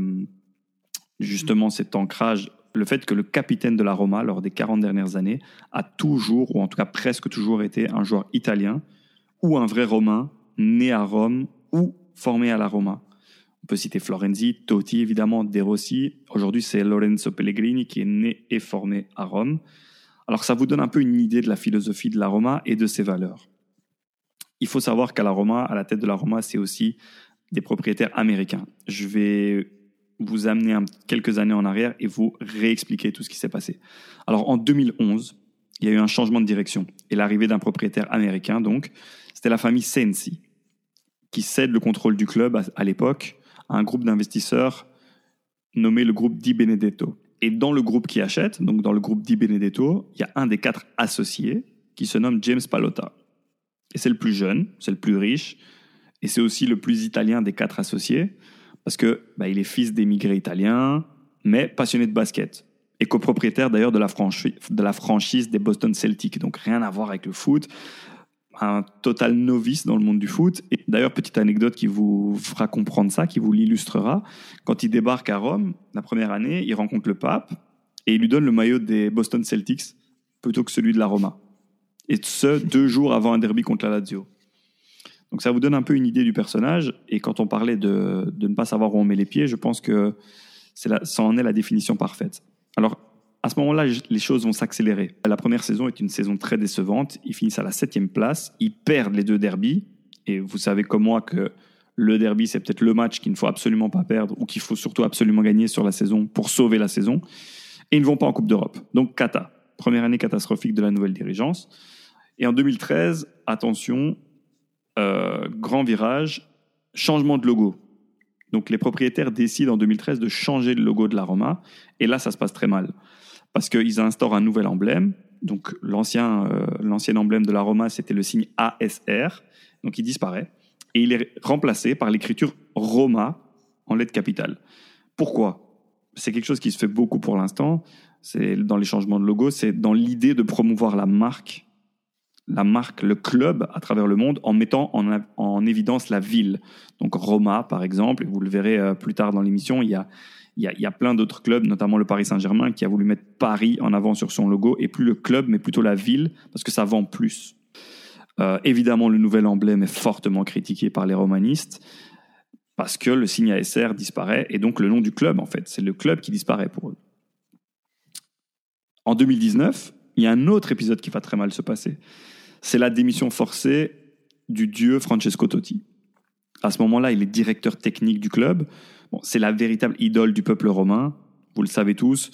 justement cet ancrage, le fait que le capitaine de la Roma, lors des 40 dernières années, a toujours, ou en tout cas presque toujours été un joueur italien ou un vrai Romain, né à Rome ou formé à la Roma. On peut citer Florenzi, Totti évidemment, De Rossi. Aujourd'hui, c'est Lorenzo Pellegrini qui est né et formé à Rome. Alors ça vous donne un peu une idée de la philosophie de la Roma et de ses valeurs. Il faut savoir qu'à la Roma, à la tête de la Roma, c'est aussi des propriétaires américains. Je vais vous amener quelques années en arrière et vous réexpliquer tout ce qui s'est passé. Alors en 2011, il y a eu un changement de direction et l'arrivée d'un propriétaire américain, donc c'était la famille Sensi, qui cède le contrôle du club à l'époque à un groupe d'investisseurs nommé le groupe Di Benedetto. Et dans le groupe qui achète, donc dans le groupe Di Benedetto, il y a un des 4 associés qui se nomme James Pallotta. Et c'est le plus jeune, c'est le plus riche, et c'est aussi le plus italien des 4 associés, parce que il est fils d'émigrés italiens, mais passionné de basket. Et copropriétaire d'ailleurs de la franchise des Boston Celtics, donc rien à voir avec le foot. Un total novice dans le monde du foot. Et d'ailleurs, petite anecdote qui vous fera comprendre ça, qui vous l'illustrera. Quand il débarque à Rome, la première année, il rencontre le pape et il lui donne le maillot des Boston Celtics plutôt que celui de la Roma. Et ce, 2 jours avant un derby contre la Lazio. Donc ça vous donne un peu une idée du personnage. Et quand on parlait de ne pas savoir où on met les pieds, je pense que ça en est la définition parfaite. Alors, à ce moment-là, les choses vont s'accélérer. La première saison est une saison très décevante. Ils finissent à la 7e place. Ils perdent les 2 derbys. Et vous savez comme moi que le derby, c'est peut-être le match qu'il ne faut absolument pas perdre ou qu'il faut surtout absolument gagner sur la saison pour sauver la saison. Et ils ne vont pas en Coupe d'Europe. Donc, cata. Première année catastrophique de la nouvelle dirigeance. Et en 2013, attention, grand virage, changement de logo. Donc, les propriétaires décident en 2013 de changer le logo de la Roma. Et là, ça se passe très mal. Parce qu'ils instaurent un nouvel emblème. Donc, l'ancien emblème de la Roma, c'était le signe ASR. Donc, il disparaît. Et il est remplacé par l'écriture Roma en lettres capitales. Pourquoi ? C'est quelque chose qui se fait beaucoup pour l'instant. C'est dans les changements de logo. C'est dans l'idée de promouvoir la marque la marque, le club à travers le monde en mettant en évidence la ville. Donc Roma, par exemple, et vous le verrez plus tard dans l'émission, il y a plein d'autres clubs, notamment le Paris Saint-Germain, qui a voulu mettre Paris en avant sur son logo, et plus le club, mais plutôt la ville, parce que ça vend plus. Évidemment, le nouvel emblème est fortement critiqué par les romanistes, parce que le signe ASR disparaît, et donc le nom du club, en fait, c'est le club qui disparaît pour eux. En 2019, il y a un autre épisode qui va très mal se passer. C'est la démission forcée du dieu Francesco Totti. À ce moment-là, il est directeur technique du club. Bon, c'est la véritable idole du peuple romain, vous le savez tous.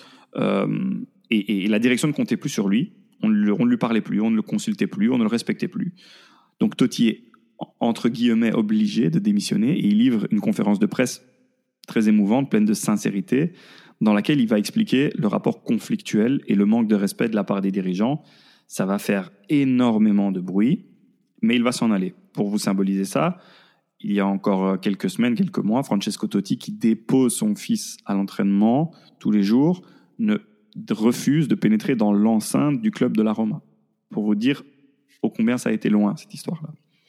Et la direction ne comptait plus sur lui. On ne lui parlait plus, on ne le consultait plus, on ne le respectait plus. Donc Totti est, entre guillemets, obligé de démissionner et il livre une conférence de presse très émouvante, pleine de sincérité, dans laquelle il va expliquer le rapport conflictuel et le manque de respect de la part des dirigeants. Ça va faire énormément de bruit, mais il va s'en aller. Pour vous symboliser ça, il y a encore quelques semaines, quelques mois, Francesco Totti, qui dépose son fils à l'entraînement tous les jours, refuse de pénétrer dans l'enceinte du club de la Roma. Pour vous dire ô combien ça a été loin, cette histoire-là.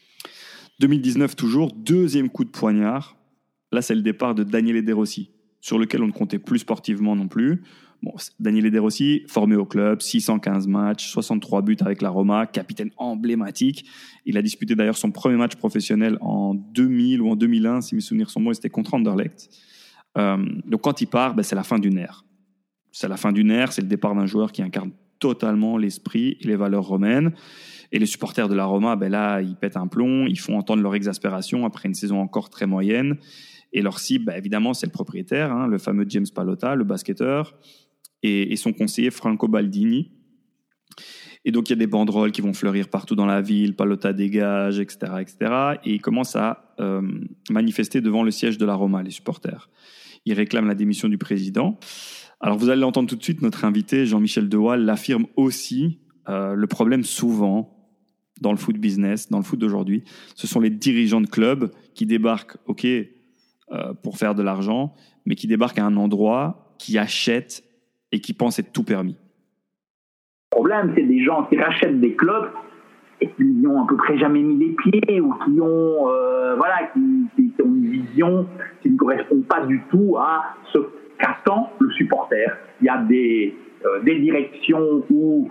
2019 toujours, deuxième coup de poignard. Là, c'est le départ de Daniele De Rossi, sur lequel on ne comptait plus sportivement non plus. Bon, Daniele De Rossi, formé au club, 615 matchs, 63 buts avec la Roma, capitaine emblématique. Il a disputé d'ailleurs son premier match professionnel en 2000 ou en 2001, si mes souvenirs sont bons, c'était contre Anderlecht. Donc quand il part, c'est la fin d'une ère. C'est la fin d'une ère, c'est le départ d'un joueur qui incarne totalement l'esprit et les valeurs romaines. Et les supporters de la Roma, là, ils pètent un plomb, ils font entendre leur exaspération après une saison encore très moyenne. Et leur cible, évidemment, c'est le propriétaire, le fameux James Pallotta, le basketteur, et son conseiller Franco Baldini. Et donc, il y a des banderoles qui vont fleurir partout dans la ville, Pallotta dégage, etc., etc. Et ils commencent à manifester devant le siège de la Roma, les supporters. Ils réclament la démission du président. Alors, vous allez l'entendre tout de suite, notre invité, Jean-Michel Dewaal, l'affirme aussi. Le problème, souvent, dans le foot business, dans le foot d'aujourd'hui, ce sont les dirigeants de clubs qui débarquent, pour faire de l'argent, mais qui débarquent à un endroit, qui achètent et qui pensent être tout permis. Le problème, c'est des gens qui rachètent des clubs et qui n'y ont à peu près jamais mis les pieds ou qui ont, qui ont une vision qui ne correspond pas du tout à ce qu'attend le supporter. Il y a des directions où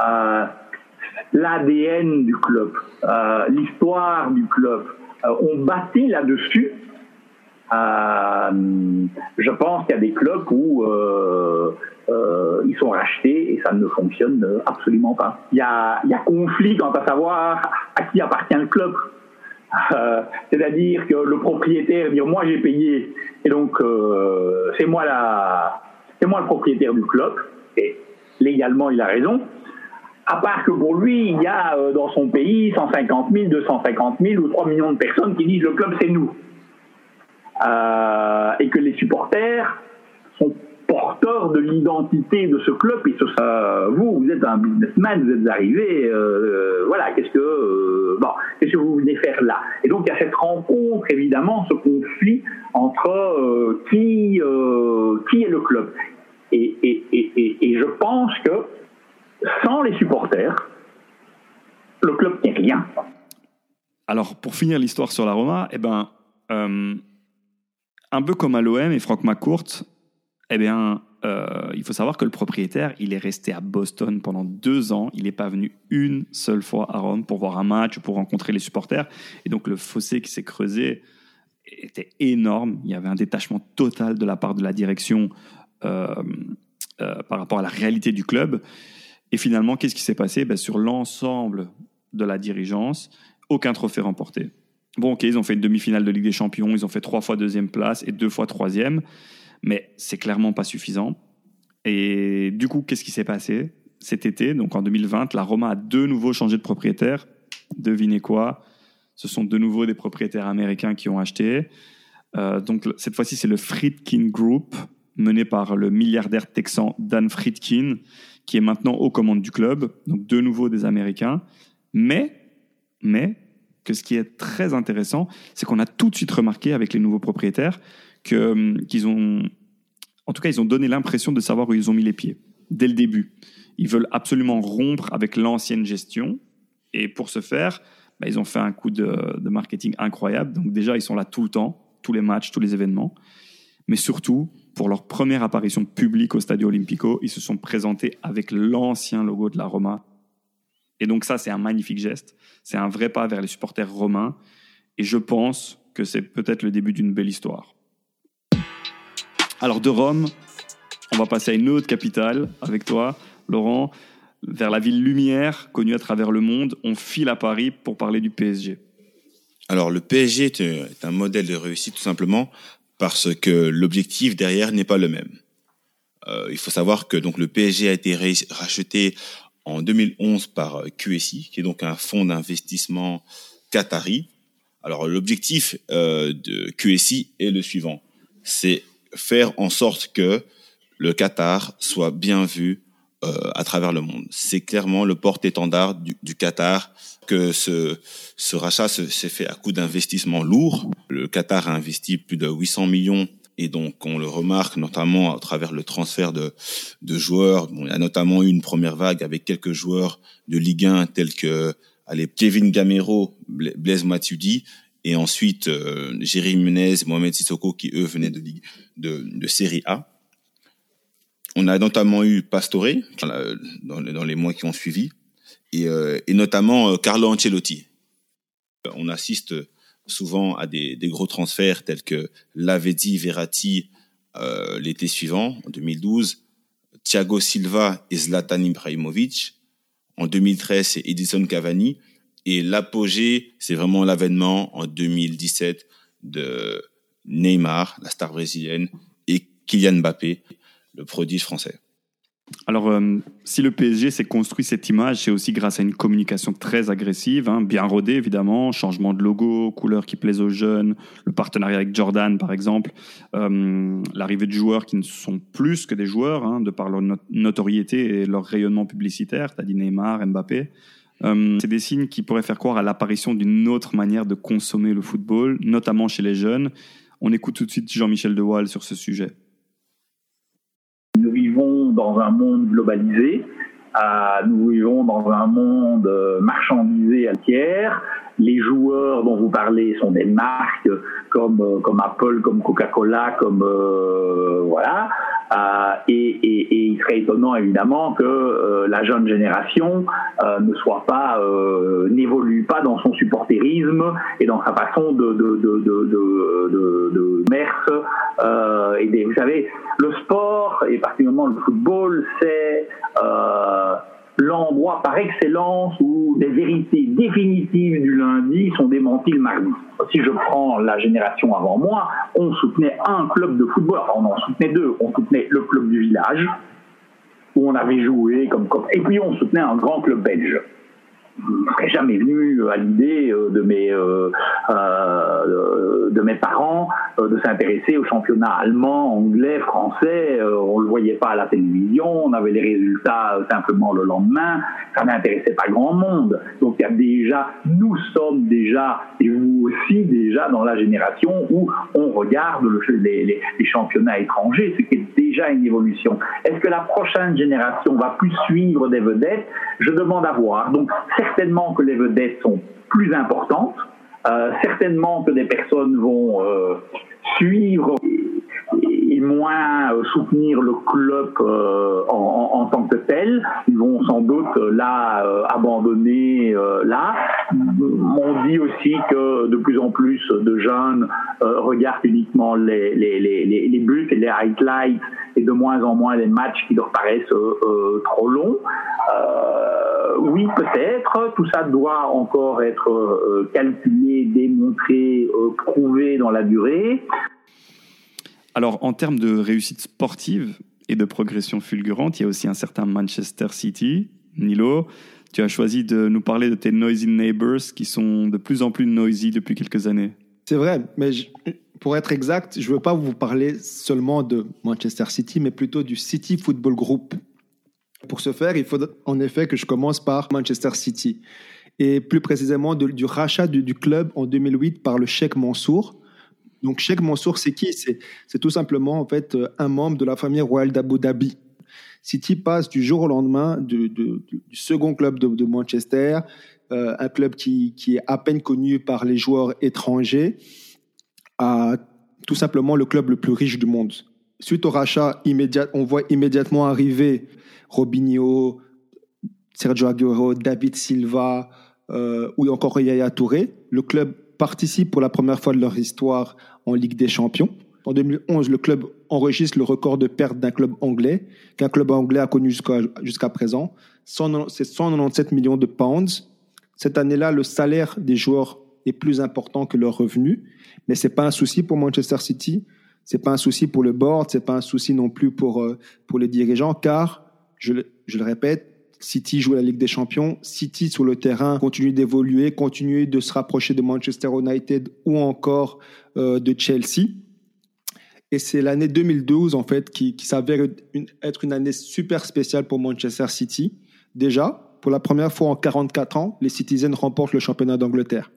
l'ADN du club, l'histoire du club, ont bâti là-dessus. Je pense qu'il y a des clubs où ils sont rachetés et ça ne fonctionne absolument pas. Il y a conflit quant à savoir à qui appartient le club. C'est-à-dire que le propriétaire dit moi j'ai payé et donc c'est moi le propriétaire du club et légalement il a raison. À part que pour lui il y a dans son pays 150 000, 250 000 ou 3 millions de personnes qui disent le club c'est nous. Et que les supporters sont porteurs de l'identité de ce club et vous êtes un businessman, vous êtes arrivé, qu'est-ce que vous venez faire là? Et donc il y a cette rencontre, évidemment, ce conflit entre qui est le club. Et je pense que sans les supporters, le club n'est rien. Alors pour finir l'histoire sur la Roma, un peu comme à l'OM et Franck McCourt, il faut savoir que le propriétaire, il est resté à Boston pendant 2 ans. Il n'est pas venu une seule fois à Rome pour voir un match, pour rencontrer les supporters. Et donc, le fossé qui s'est creusé était énorme. Il y avait un détachement total de la part de la direction par rapport à la réalité du club. Et finalement, qu'est-ce qui s'est passé? Sur l'ensemble de la dirigeance, aucun trophée remporté. Bon, ils ont fait une demi-finale de Ligue des Champions, ils ont fait 3 fois 2e place et 2 fois 3e, mais c'est clairement pas suffisant. Et du coup, qu'est-ce qui s'est passé? Cet été, donc en 2020, la Roma a de nouveau changé de propriétaire. Devinez quoi? Ce sont de nouveau des propriétaires américains qui ont acheté. Donc cette fois-ci, c'est le Friedkin Group, mené par le milliardaire texan Dan Friedkin, qui est maintenant aux commandes du club. Donc de nouveau des Américains. Mais que ce qui est très intéressant, c'est qu'on a tout de suite remarqué avec les nouveaux propriétaires qu'ils ont donné l'impression de savoir où ils ont mis les pieds, dès le début. Ils veulent absolument rompre avec l'ancienne gestion Et pour ce faire, ils ont fait un coup de marketing incroyable. Donc déjà, ils sont là tout le temps, tous les matchs, tous les événements. Mais surtout, pour leur première apparition publique au Stadio Olimpico, ils se sont présentés avec l'ancien logo de la Roma. Et donc ça, c'est un magnifique geste. C'est un vrai pas vers les supporters romains. Et je pense que c'est peut-être le début d'une belle histoire. Alors de Rome, on va passer à une autre capitale avec toi, Laurent, vers la ville lumière, connue à travers le monde. On file à Paris pour parler du PSG. Alors le PSG est un modèle de réussite tout simplement parce que l'objectif derrière n'est pas le même. Il faut savoir que donc le PSG a été racheté en 2011 par QSI, qui est donc un fonds d'investissement qatari. Alors l'objectif de QSI est le suivant, c'est faire en sorte que le Qatar soit bien vu à travers le monde. C'est clairement le porte-étendard du Qatar que ce rachat s'est fait à coup d'investissement lourd. Le Qatar a investi plus de 800 millions et donc on le remarque notamment à travers le transfert de joueurs. Bon, il y a notamment eu une première vague avec quelques joueurs de Ligue 1 tels que Kevin Gamero, Blaise Matuidi et ensuite Jérémy Menez, Mohamed Sissoko qui eux venaient de Série A. On a notamment eu Pastore dans les mois qui ont suivi et notamment Carlo Ancelotti. On assiste souvent à des gros transferts tels que Lavezzi, Verratti l'été suivant, en 2012, Thiago Silva et Zlatan Ibrahimovic. En 2013, c'est Edison Cavani. Et l'apogée, c'est vraiment l'avènement en 2017 de Neymar, la star brésilienne, et Kylian Mbappé, le prodige français. Alors, si le PSG s'est construit cette image, c'est aussi grâce à une communication très agressive, bien rodée évidemment, changement de logo, couleurs qui plaisent aux jeunes, le partenariat avec Jordan par exemple, l'arrivée de joueurs qui ne sont plus que des joueurs, de par leur notoriété et leur rayonnement publicitaire, tu as dit Neymar, Mbappé. C'est des signes qui pourraient faire croire à l'apparition d'une autre manière de consommer le football, notamment chez les jeunes. On écoute tout de suite Jean-Michel De Waal sur ce sujet. Nous vivons dans un monde globalisé, nous vivons dans un monde marchandisé à tiers. Les joueurs dont vous parlez sont des marques comme Apple, comme Coca-Cola, comme voilà. Et il serait étonnant évidemment que la jeune génération n'évolue pas dans son supporterisme et dans sa façon de commerce. Vous savez, le sport et particulièrement le football, c'est l'endroit par excellence où des vérités définitives du lundi sont démenties le mardi. Si je prends la génération avant moi, on soutenait un club de football, on en soutenait deux. On soutenait le club du village, où on avait joué et puis on soutenait un grand club belge. Je ne serais jamais venu à l'idée de mes parents de s'intéresser au championnat allemand, anglais, français. On ne le voyait pas à la télévision, on avait les résultats simplement le lendemain. Ça n'intéressait pas grand monde. Donc nous sommes déjà, et vous aussi déjà, dans la génération où on regarde les championnats étrangers, ce qui est déjà une évolution. Est-ce que la prochaine génération va plus suivre des vedettes ? Je demande à voir. Donc, certainement que les vedettes sont plus importantes, certainement que des personnes vont suivre et moins soutenir le club en tant que tel. Ils vont sans doute abandonner là. On dit aussi que de plus en plus de jeunes regardent uniquement les buts et les highlights et de moins en moins les matchs qui leur paraissent trop longs. Oui, peut-être. Tout ça doit encore être calculé, démontré, prouvé dans la durée. Alors, en termes de réussite sportive et de progression fulgurante, il y a aussi un certain Manchester City. Nilo, tu as choisi de nous parler de tes noisy neighbors qui sont de plus en plus noisy depuis quelques années. C'est vrai, mais pour être exact, je ne veux pas vous parler seulement de Manchester City, mais plutôt du City Football Group. Pour ce faire, il faut en effet que je commence par Manchester City, et plus précisément du rachat du club en 2008 par le Cheikh Mansour. Donc, Cheikh Mansour, c'est qui ? C'est tout simplement en fait un membre de la famille royale d'Abu Dhabi. City passe du jour au lendemain du second club de Manchester, un club qui est à peine connu par les joueurs étrangers, à tout simplement le club le plus riche du monde. Suite au rachat immédiat, on voit immédiatement arriver Robinho, Sergio Aguero, David Silva ou encore Yaya Touré. Le club participe pour la première fois de leur histoire en Ligue des Champions. En 2011, le club enregistre le record de perte d'un club anglais, qu'un club anglais a connu jusqu'à présent. C'est 197 millions de pounds. Cette année-là, le salaire des joueurs est plus important que leurs revenus, mais ce n'est pas un souci pour Manchester City, ce n'est pas un souci pour le board, ce n'est pas un souci non plus pour les dirigeants, car, je le répète, City joue la Ligue des Champions, City sur le terrain continue d'évoluer, continue de se rapprocher de Manchester United ou encore de Chelsea. Et c'est l'année 2012, en fait, qui s'avère être une année super spéciale pour Manchester City. Déjà, pour la première fois en 44 ans, les Citizens remportent le championnat d'Angleterre.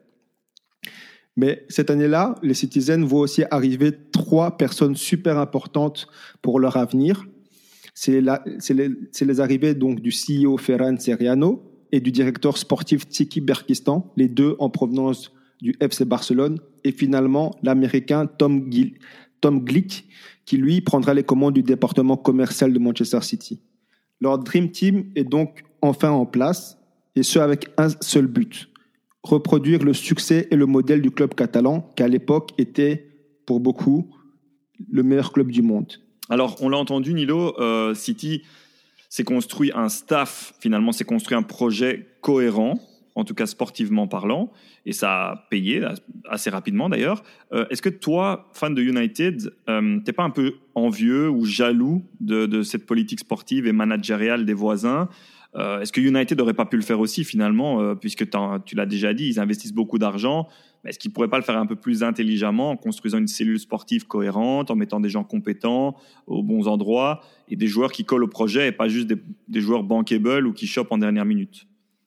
Mais cette année-là, les Citizens voient aussi arriver 3 personnes super importantes pour leur avenir. C'est les arrivées donc, du CEO Ferran Soriano et du directeur sportif Txiki Berkistan, les deux en provenance du FC Barcelone, et finalement l'Américain Tom Glick, qui lui prendra les commandes du département commercial de Manchester City. Leur Dream Team est donc enfin en place, et ce avec un seul but: reproduire le succès et le modèle du club catalan, qui à l'époque était, pour beaucoup, le meilleur club du monde. Alors, on l'a entendu, Nilo, City s'est construit un staff, finalement, s'est construit un projet cohérent, en tout cas sportivement parlant, et ça a payé assez rapidement d'ailleurs. Est-ce que toi, fan de United, t'es pas un peu envieux ou jaloux de cette politique sportive et managériale des voisins ? Est-ce que United n'aurait pas pu le faire aussi finalement, puisque tu l'as déjà dit, ils investissent beaucoup d'argent. Mais est-ce qu'ils ne pourraient pas le faire un peu plus intelligemment en construisant une cellule sportive cohérente, en mettant des gens compétents aux bons endroits et des joueurs qui collent au projet et pas juste des joueurs bankable ou qui chopent en dernière minute?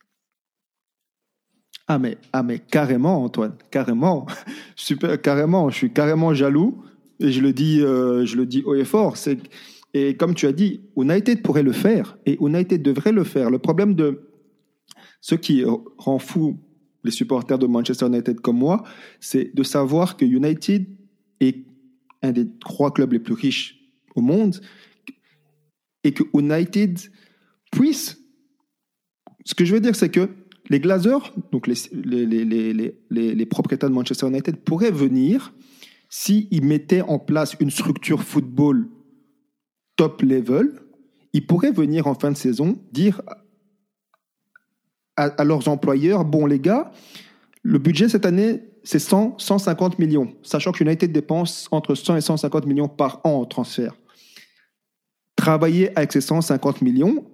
Ah mais carrément, Antoine, carrément. Carrément, je suis carrément jaloux et je le dis haut et fort. Et comme tu as dit, United pourrait le faire et United devrait le faire. Le problème de ce qui rend fou les supporters de Manchester United comme moi, c'est de savoir que United est un des 3 clubs les plus riches au monde et que United puisse... Ce que je veux dire, c'est que les Glazers, donc les propriétaires de Manchester United, pourraient venir s'ils mettaient en place une structure football top level. Ils pourraient venir en fin de saison dire à leurs employeurs: bon les gars, le budget cette année c'est 150 millions, sachant que United dépense entre 100 et 150 millions par an en transfert. Travaillez avec ces 150 millions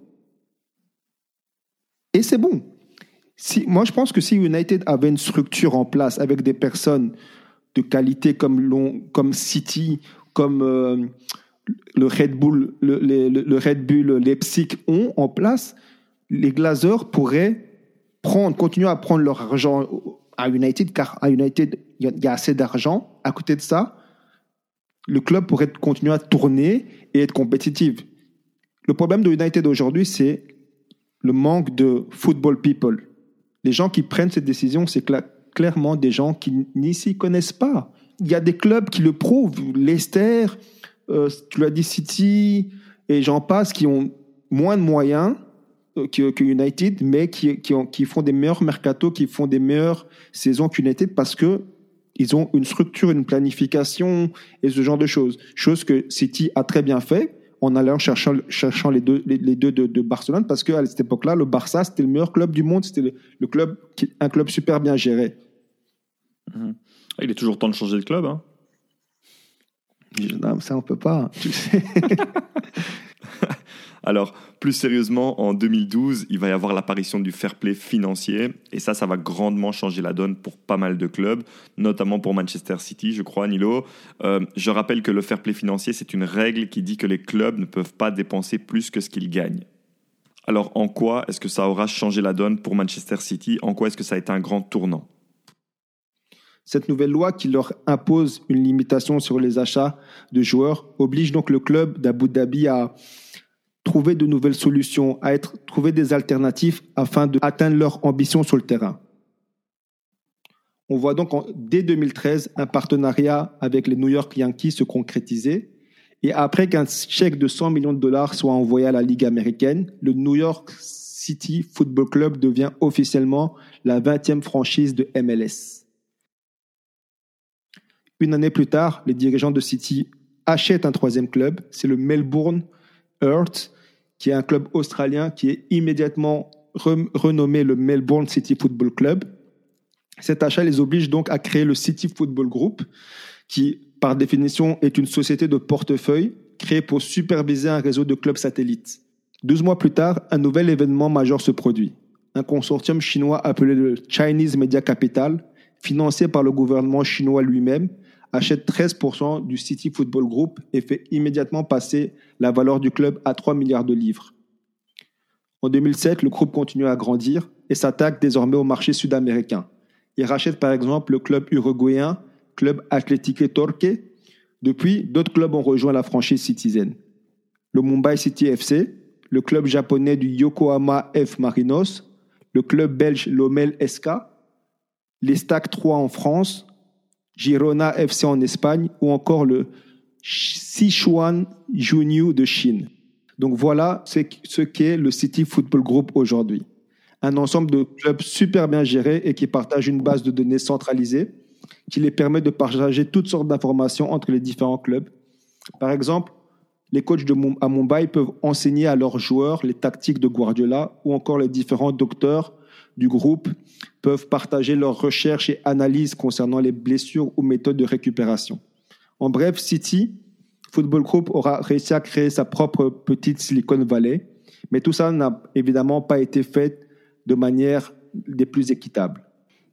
et c'est bon. Moi je pense que si United avait une structure en place avec des personnes de qualité comme City, comme le Red Bull Leipzig ont en place, les Glazers pourraient continuer à prendre leur argent à United, car à United, il y a assez d'argent. À côté de ça, le club pourrait continuer à tourner et être compétitif. Le problème de United aujourd'hui, c'est le manque de football people. Les gens qui prennent cette décision, c'est clairement des gens qui n'y s'y connaissent pas. Il y a des clubs qui le prouvent. Leicester, tu l'as dit, City, et j'en passe, qui ont moins de moyens que United, mais qui font des meilleurs mercatos, qui font des meilleures saisons qu'United parce qu'ils ont une structure, une planification et ce genre de choses. Chose que City a très bien fait en allant cherchant les deux de Barcelone, parce qu'à cette époque-là, le Barça, c'était le meilleur club du monde, c'était un club super bien géré. Il est toujours temps de changer de club, hein. Non, ça on peut pas, tu sais. Alors, plus sérieusement, en 2012, il va y avoir l'apparition du fair play financier. Et ça va grandement changer la donne pour pas mal de clubs, notamment pour Manchester City, je crois, Nilo. Je rappelle que le fair play financier, c'est une règle qui dit que les clubs ne peuvent pas dépenser plus que ce qu'ils gagnent. Alors, en quoi est-ce que ça aura changé la donne pour Manchester City ? En quoi est-ce que ça a été un grand tournant ? Cette nouvelle loi qui leur impose une limitation sur les achats de joueurs oblige donc le club d'Abu Dhabi à trouver de nouvelles solutions, trouver des alternatives afin d'atteindre leurs ambitions sur le terrain. On voit donc dès 2013 un partenariat avec les New York Yankees se concrétiser. Et après qu'un chèque de $100 millions soit envoyé à la Ligue américaine, le New York City Football Club devient officiellement la 20e franchise de MLS. Une année plus tard, les dirigeants de City achètent un troisième club, c'est le Melbourne Earth, qui est un club australien qui est immédiatement renommé le Melbourne City Football Club. Cet achat les oblige donc à créer le City Football Group, qui, par définition, est une société de portefeuille créée pour superviser un réseau de clubs satellites. 12 mois plus tard, un nouvel événement majeur se produit. Un consortium chinois appelé le Chinese Media Capital, financé par le gouvernement chinois lui-même, achète 13% du City Football Group et fait immédiatement passer la valeur du club à 3 milliards de livres. En 2007, le groupe continue à grandir et s'attaque désormais au marché sud-américain. Il rachète par exemple le club uruguayen, Club Atlético Torque. Depuis, d'autres clubs ont rejoint la franchise Citizen. Le Mumbai City FC, le club japonais du Yokohama F. Marinos, le club belge Lommel SK, les Stack 3 en France, Girona FC en Espagne ou encore le Sichuan Junyu de Chine. Donc voilà ce qu'est le City Football Group aujourd'hui. Un ensemble de clubs super bien gérés et qui partagent une base de données centralisée qui les permet de partager toutes sortes d'informations entre les différents clubs. Par exemple, les coachs à Mumbai peuvent enseigner à leurs joueurs les tactiques de Guardiola ou encore les différents docteurs du groupe peuvent partager leurs recherches et analyses concernant les blessures ou méthodes de récupération. En bref, City Football Group aura réussi à créer sa propre petite Silicon Valley, mais tout ça n'a évidemment pas été fait de manière des plus équitables.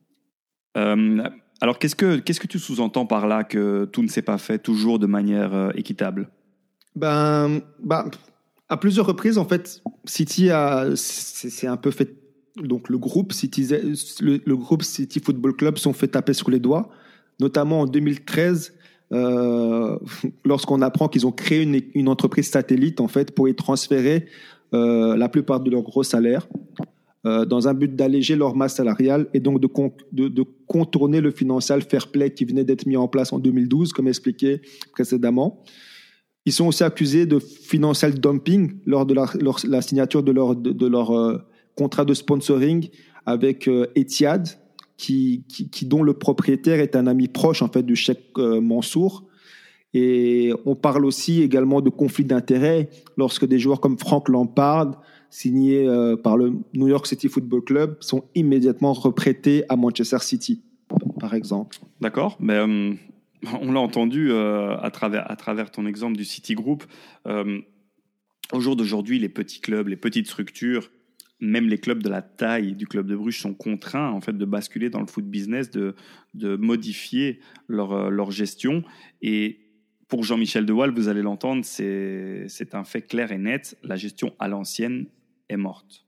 Alors, qu'est-ce que tu sous-entends par là que tout ne s'est pas fait toujours de manière équitable ? À plusieurs reprises, en fait, City c'est un peu fait. Donc, le groupe City Football Club sont fait taper sur les doigts, notamment en 2013, lorsqu'on apprend qu'ils ont créé une entreprise satellite en fait pour y transférer la plupart de leurs gros salaires. Dans un but d'alléger leur masse salariale et donc de contourner le financial fair play qui venait d'être mis en place en 2012, comme expliqué précédemment. Ils sont aussi accusés de financial dumping lors de la signature de leur contrat de sponsoring avec Etihad, dont le propriétaire est un ami proche en fait, du cheikh Mansour. Et on parle aussi également de conflits d'intérêts lorsque des joueurs comme Frank Lampard, signés par le New York City Football Club, sont immédiatement reprêtés à Manchester City, par exemple. D'accord, mais on l'a entendu à travers ton exemple du City Group. Au jour d'aujourd'hui, les petits clubs, les petites structures, même les clubs de la taille du club de Bruges sont contraints en fait, de basculer dans le foot business, de modifier leur gestion. Et pour Jean-Michel Dewaal, vous allez l'entendre, c'est un fait clair et net, la gestion à l'ancienne est morte.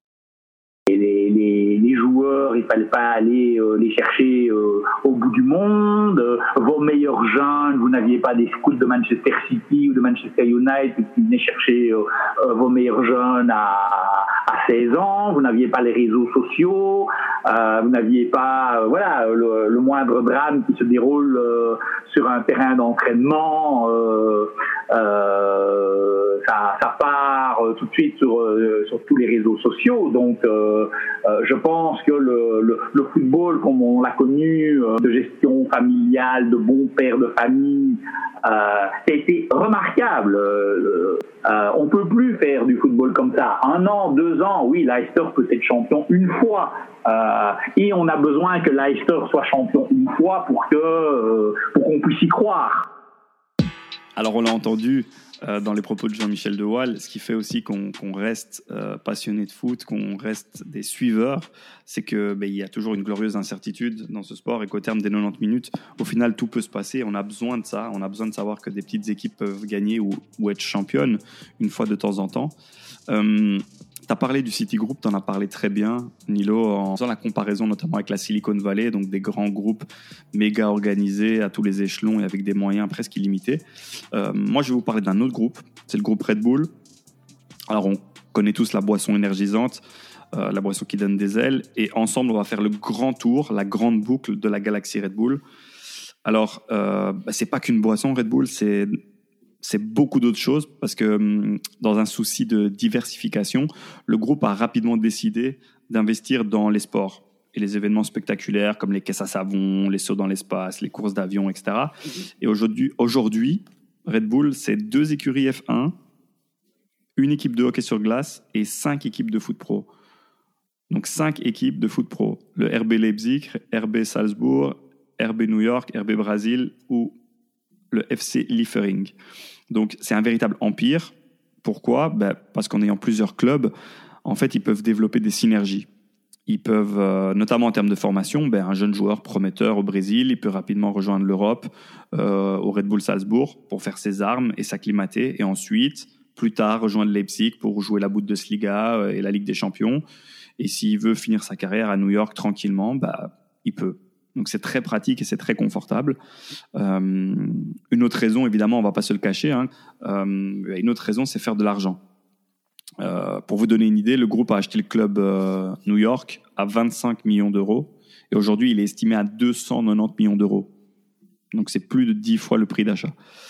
Les joueurs, il ne fallait pas aller les chercher au bout du monde. Vos meilleurs jeunes, vous n'aviez pas des scouts de Manchester City ou de Manchester United qui venaient chercher vos meilleurs jeunes à 16 ans. Vous n'aviez pas les réseaux sociaux. Vous n'aviez pas le moindre drame qui se déroule sur un terrain d'entraînement. Ça part tout de suite sur tous les réseaux sociaux. Donc, je pense que le football, comme on l'a connu, de gestion familiale, de bons pères de famille, a été remarquable. On peut plus faire du football comme ça. 1 an, 2 ans, oui, Leicester peut être champion une fois. Et on a besoin que Leicester soit champion une fois pour qu'on puisse y croire. Alors, on l'a entendu dans les propos de Jean-Michel Dewaal, ce qui fait aussi qu'on reste passionné de foot, qu'on reste des suiveurs, c'est qu'il y a toujours une glorieuse incertitude dans ce sport et qu'au terme des 90 minutes, au final, tout peut se passer. On a besoin de ça. On a besoin de savoir que des petites équipes peuvent gagner ou être championnes une fois de temps en temps. Tu as parlé du City Group, tu en as parlé très bien, Nilo, en faisant la comparaison notamment avec la Silicon Valley, donc des grands groupes méga organisés à tous les échelons et avec des moyens presque illimités. Moi, je vais vous parler d'un autre groupe, c'est le groupe Red Bull. Alors, on connaît tous la boisson énergisante, la boisson qui donne des ailes. Et ensemble, on va faire le grand tour, la grande boucle de la galaxie Red Bull. Alors, c'est pas qu'une boisson Red Bull, c'est beaucoup d'autres choses parce que dans un souci de diversification, le groupe a rapidement décidé d'investir dans les sports et les événements spectaculaires comme les caisses à savon, les sauts dans l'espace, les courses d'avion, etc. Et aujourd'hui, Red Bull, c'est 2 écuries F1, une équipe de hockey sur glace et 5 équipes de foot pro. Donc 5 équipes de foot pro. Le RB Leipzig, RB Salzbourg, RB New York, RB Brésil ou le FC Liefering. Donc c'est un véritable empire. Pourquoi ? Parce qu'en ayant plusieurs clubs, en fait, ils peuvent développer des synergies. Ils peuvent, notamment en termes de formation, un jeune joueur prometteur au Brésil, il peut rapidement rejoindre l'Europe, au Red Bull Salzbourg, pour faire ses armes et s'acclimater. Et ensuite, plus tard, rejoindre Leipzig pour jouer la Bundesliga et la Ligue des Champions. Et s'il veut finir sa carrière à New York tranquillement, il peut. Donc c'est très pratique et c'est très confortable. Une autre raison, évidemment, on ne va pas se le cacher, une autre raison, c'est faire de l'argent. Pour vous donner une idée, le groupe a acheté le club New York à 25 millions d'euros et aujourd'hui, il est estimé à 290 millions d'euros. Donc c'est plus de 10 fois le prix d'achat.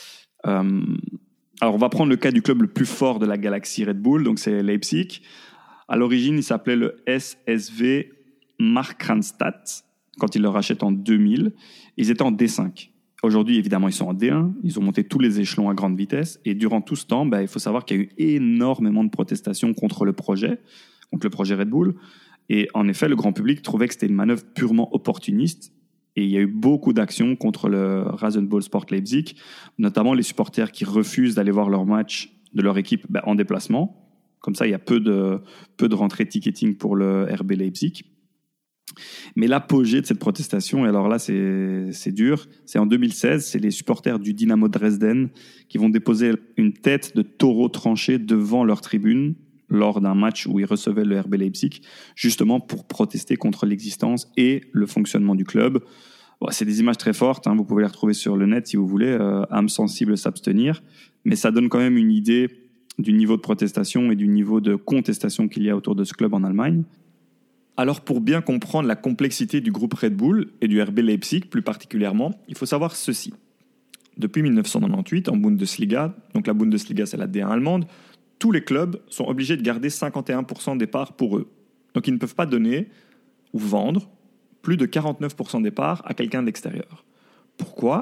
Alors on va prendre le cas du club le plus fort de la galaxie Red Bull, donc c'est Leipzig. À l'origine, il s'appelait le SSV Markranstadt. Quand ils le rachètent en 2000, ils étaient en D5. Aujourd'hui, évidemment, ils sont en D1. Ils ont monté tous les échelons à grande vitesse. Et durant tout ce temps, il faut savoir qu'il y a eu énormément de protestations contre le projet Red Bull. Et en effet, le grand public trouvait que c'était une manœuvre purement opportuniste. Et il y a eu beaucoup d'actions contre le Rasenballsport Leipzig, notamment les supporters qui refusent d'aller voir leur match de leur équipe en déplacement. Comme ça, il y a peu de rentrées ticketing pour le RB Leipzig. Mais l'apogée de cette protestation, et alors là c'est dur, c'est en 2016, c'est les supporters du Dynamo Dresden qui vont déposer une tête de taureau tranché devant leur tribune lors d'un match où ils recevaient le RB Leipzig, justement pour protester contre l'existence et le fonctionnement du club. C'est des images très fortes, vous pouvez les retrouver sur le net si vous voulez, âme sensible s'abstenir, mais ça donne quand même une idée du niveau de protestation et du niveau de contestation qu'il y a autour de ce club en Allemagne. Alors pour bien comprendre la complexité du groupe Red Bull et du RB Leipzig plus particulièrement, il faut savoir ceci. Depuis 1998, en Bundesliga, donc la Bundesliga c'est la D1 allemande, tous les clubs sont obligés de garder 51% des parts pour eux. Donc ils ne peuvent pas donner ou vendre plus de 49% des parts à quelqu'un d'extérieur. Pourquoi ?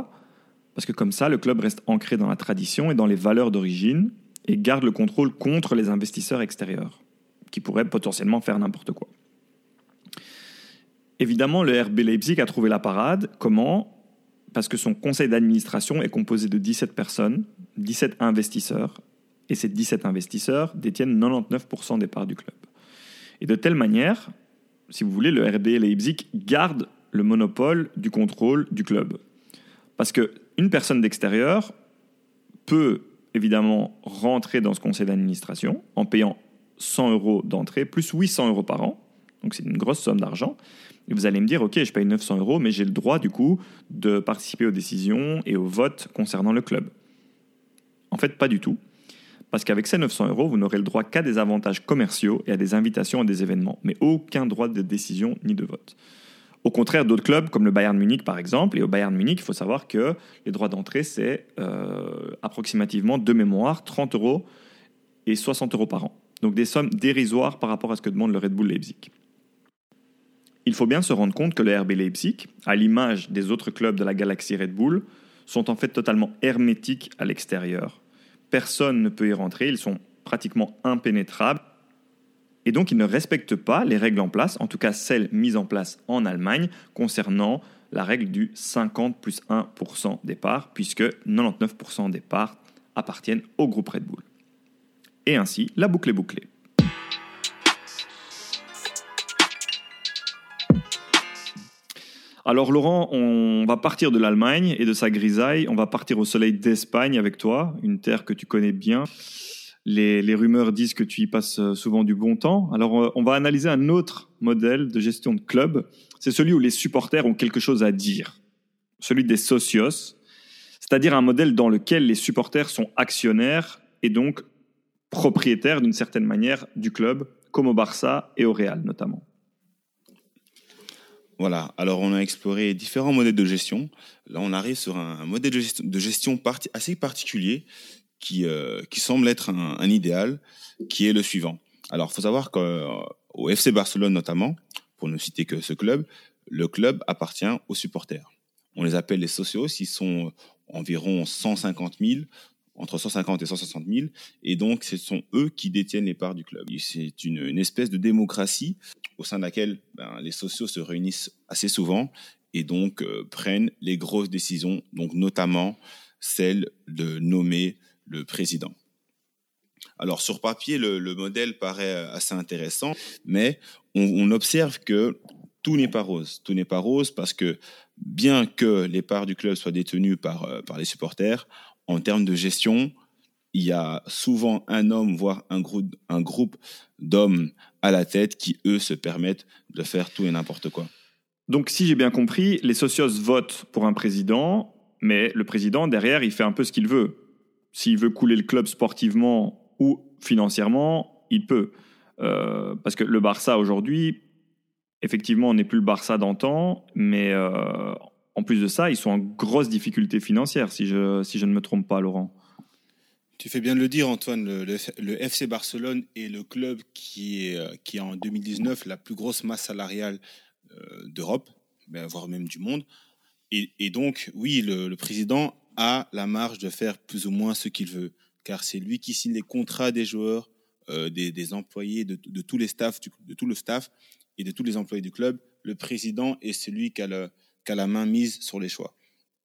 Parce que comme ça, le club reste ancré dans la tradition et dans les valeurs d'origine et garde le contrôle contre les investisseurs extérieurs, qui pourraient potentiellement faire n'importe quoi. Évidemment, le RB Leipzig a trouvé la parade. Comment ? Parce que son conseil d'administration est composé de 17 personnes, 17 investisseurs, et ces 17 investisseurs détiennent 99% des parts du club. Et de telle manière, si vous voulez, le RB Leipzig garde le monopole du contrôle du club. Parce qu'une personne d'extérieur peut évidemment rentrer dans ce conseil d'administration en payant 100 € d'entrée, plus 800 € par an. Donc c'est une grosse somme d'argent. Et vous allez me dire, ok, je paye 900 €, mais j'ai le droit du coup de participer aux décisions et aux votes concernant le club. En fait, pas du tout. Parce qu'avec ces 900 €, vous n'aurez le droit qu'à des avantages commerciaux et à des invitations à des événements, mais aucun droit de décision ni de vote. Au contraire d'autres clubs, comme le Bayern Munich par exemple, et au Bayern Munich, il faut savoir que les droits d'entrée, c'est approximativement, de mémoire, 30 € et 60 € par an. Donc des sommes dérisoires par rapport à ce que demande le Red Bull Leipzig. Il faut bien se rendre compte que le RB Leipzig, à l'image des autres clubs de la galaxie Red Bull, sont en fait totalement hermétiques à l'extérieur. Personne ne peut y rentrer, ils sont pratiquement impénétrables. Et donc, ils ne respectent pas les règles en place, en tout cas celles mises en place en Allemagne, concernant la règle du 50 plus 1% des parts, puisque 99% des parts appartiennent au groupe Red Bull. Et ainsi, la boucle est bouclée. Alors Laurent, on va partir de l'Allemagne et de sa grisaille, on va partir au soleil d'Espagne avec toi, une terre que tu connais bien. Les rumeurs disent que tu y passes souvent du bon temps. Alors on va analyser un autre modèle de gestion de club, c'est celui où les supporters ont quelque chose à dire, celui des socios, c'est-à-dire un modèle dans lequel les supporters sont actionnaires et donc propriétaires d'une certaine manière du club, comme au Barça et au Real notamment. Voilà, alors on a exploré différents modèles de gestion. Là, on arrive sur un modèle de gestion assez particulier qui semble être un idéal, qui est le suivant. Alors, il faut savoir qu'au FC Barcelone notamment, pour ne citer que ce club, le club appartient aux supporters. On les appelle les socios, ils sont environ 150 000, entre 150 et 160 000, et donc ce sont eux qui détiennent les parts du club. C'est une espèce de démocratie au sein de laquelle les socios se réunissent assez souvent et donc prennent les grosses décisions, donc notamment celle de nommer le président. Alors sur papier, le modèle paraît assez intéressant, mais on observe que tout n'est pas rose. Tout n'est pas rose parce que bien que les parts du club soient détenues par les supporters, en termes de gestion, il y a souvent un homme, voire un groupe d'hommes à la tête qui, eux, se permettent de faire tout et n'importe quoi. Donc, si j'ai bien compris, les socios votent pour un président, mais le président, derrière, il fait un peu ce qu'il veut. S'il veut couler le club sportivement ou financièrement, il peut. Parce que le Barça, aujourd'hui, effectivement, on n'est plus le Barça d'antan, mais en plus de ça, ils sont en grosse difficulté financière, si je ne me trompe pas, Laurent. Tu fais bien de le dire, Antoine. Le FC Barcelone est le club qui a en 2019 la plus grosse masse salariale d'Europe, voire même du monde. Et donc, oui, le président a la marge de faire plus ou moins ce qu'il veut, car c'est lui qui signe les contrats des joueurs, des employés, de tout le staff et de tous les employés du club. Le président est celui qui a la main mise sur les choix.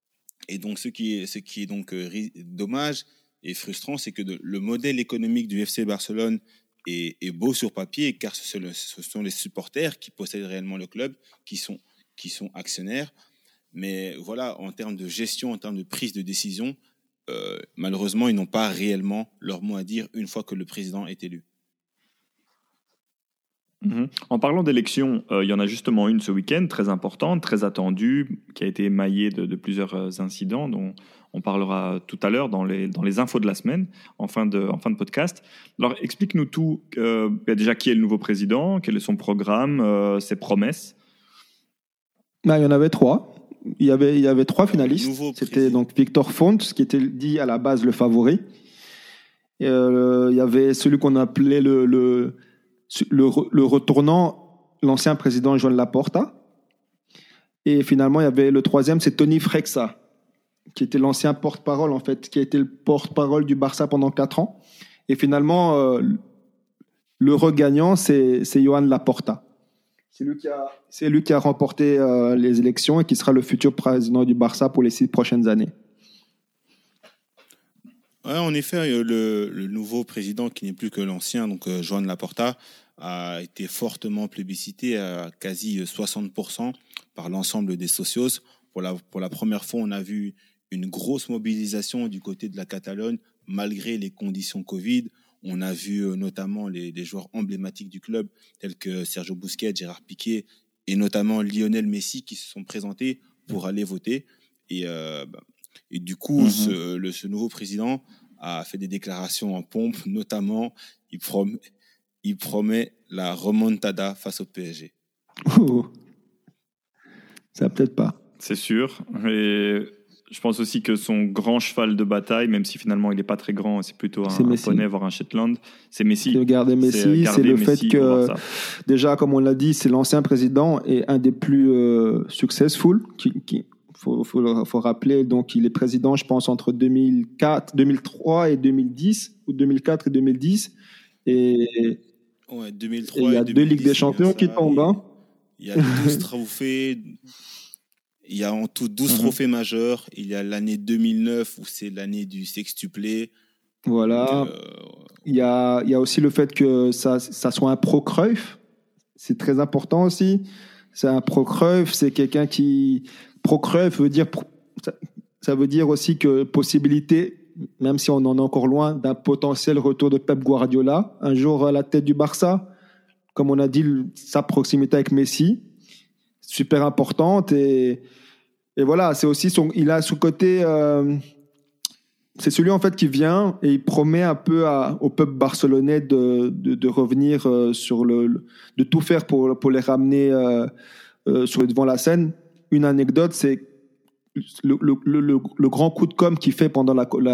Et donc, ce qui est donc dommage et frustrant, c'est que le modèle économique du FC Barcelone est beau sur papier, car ce sont les supporters qui possèdent réellement le club, qui sont actionnaires. Mais voilà, en termes de gestion, en termes de prise de décision, malheureusement, ils n'ont pas réellement leur mot à dire une fois que le président est élu. En parlant d'élections, il y en a justement une ce week-end, très importante, très attendue, qui a été émaillée de plusieurs incidents dont on parlera tout à l'heure dans les infos de la semaine, en fin de podcast. Alors, explique-nous tout. Déjà, qui est le nouveau président? Quel est son programme? Ses promesses? Il y en avait 3. Il y avait 3 finalistes. C'était donc Victor Font, qui était dit à la base le favori. Il y avait celui qu'on appelait le retournant, l'ancien président Joan Laporta. Et finalement, il y avait le 3e, c'est Toni Freixa, qui était l'ancien porte-parole, en fait, qui a été le porte-parole du Barça pendant 4 ans. Et finalement, le regagnant, c'est Joan Laporta. C'est lui qui a remporté les élections et qui sera le futur président du Barça pour les 6 prochaines années. Ouais, en effet, le nouveau président, qui n'est plus que l'ancien, donc Joan Laporta, a été fortement plébiscité à quasi 60% par l'ensemble des socios. Pour la première fois, on a vu une grosse mobilisation du côté de la Catalogne, malgré les conditions Covid. On a vu notamment des joueurs emblématiques du club, tels que Sergio Busquets, Gérard Piqué, et notamment Lionel Messi, qui se sont présentés pour aller voter. Et du coup, ce nouveau président a fait des déclarations en pompe, notamment il promet la remontada face au PSG. Ça peut-être pas. C'est sûr. Et je pense aussi que son grand cheval de bataille, même si finalement il n'est pas très grand, c'est plutôt un poney, voire un Shetland, c'est Messi. C'est garder Messi, c'est le fait que, déjà, comme on l'a dit, c'est l'ancien président et un des plus successful. Faut rappeler, donc il est président, je pense, entre 2003 et 2010, ou 2004 et 2010. Et 2003 il y a 2 Ligues des Champions qui tombent. Il y a 12 trophées. Il y a en tout 12 trophées majeurs. Il y a l'année 2009 où c'est l'année du sextuplé. Voilà. Il y a aussi le fait que ça soit un pro-Cruyff. C'est très important aussi. C'est un pro-Cruyff. C'est quelqu'un qui... Pro-Cruyff veut dire... Ça veut dire aussi que possibilité, même si on en est encore loin, d'un potentiel retour de Pep Guardiola, un jour à la tête du Barça. Comme on a dit, sa proximité avec Messi, super importante. Et voilà, c'est aussi il a ce côté c'est celui en fait qui vient et il promet un peu au peuple barcelonais de revenir de tout faire pour les ramener sur devant la scène. Une anecdote, c'est le grand coup de com' qu'il fait pendant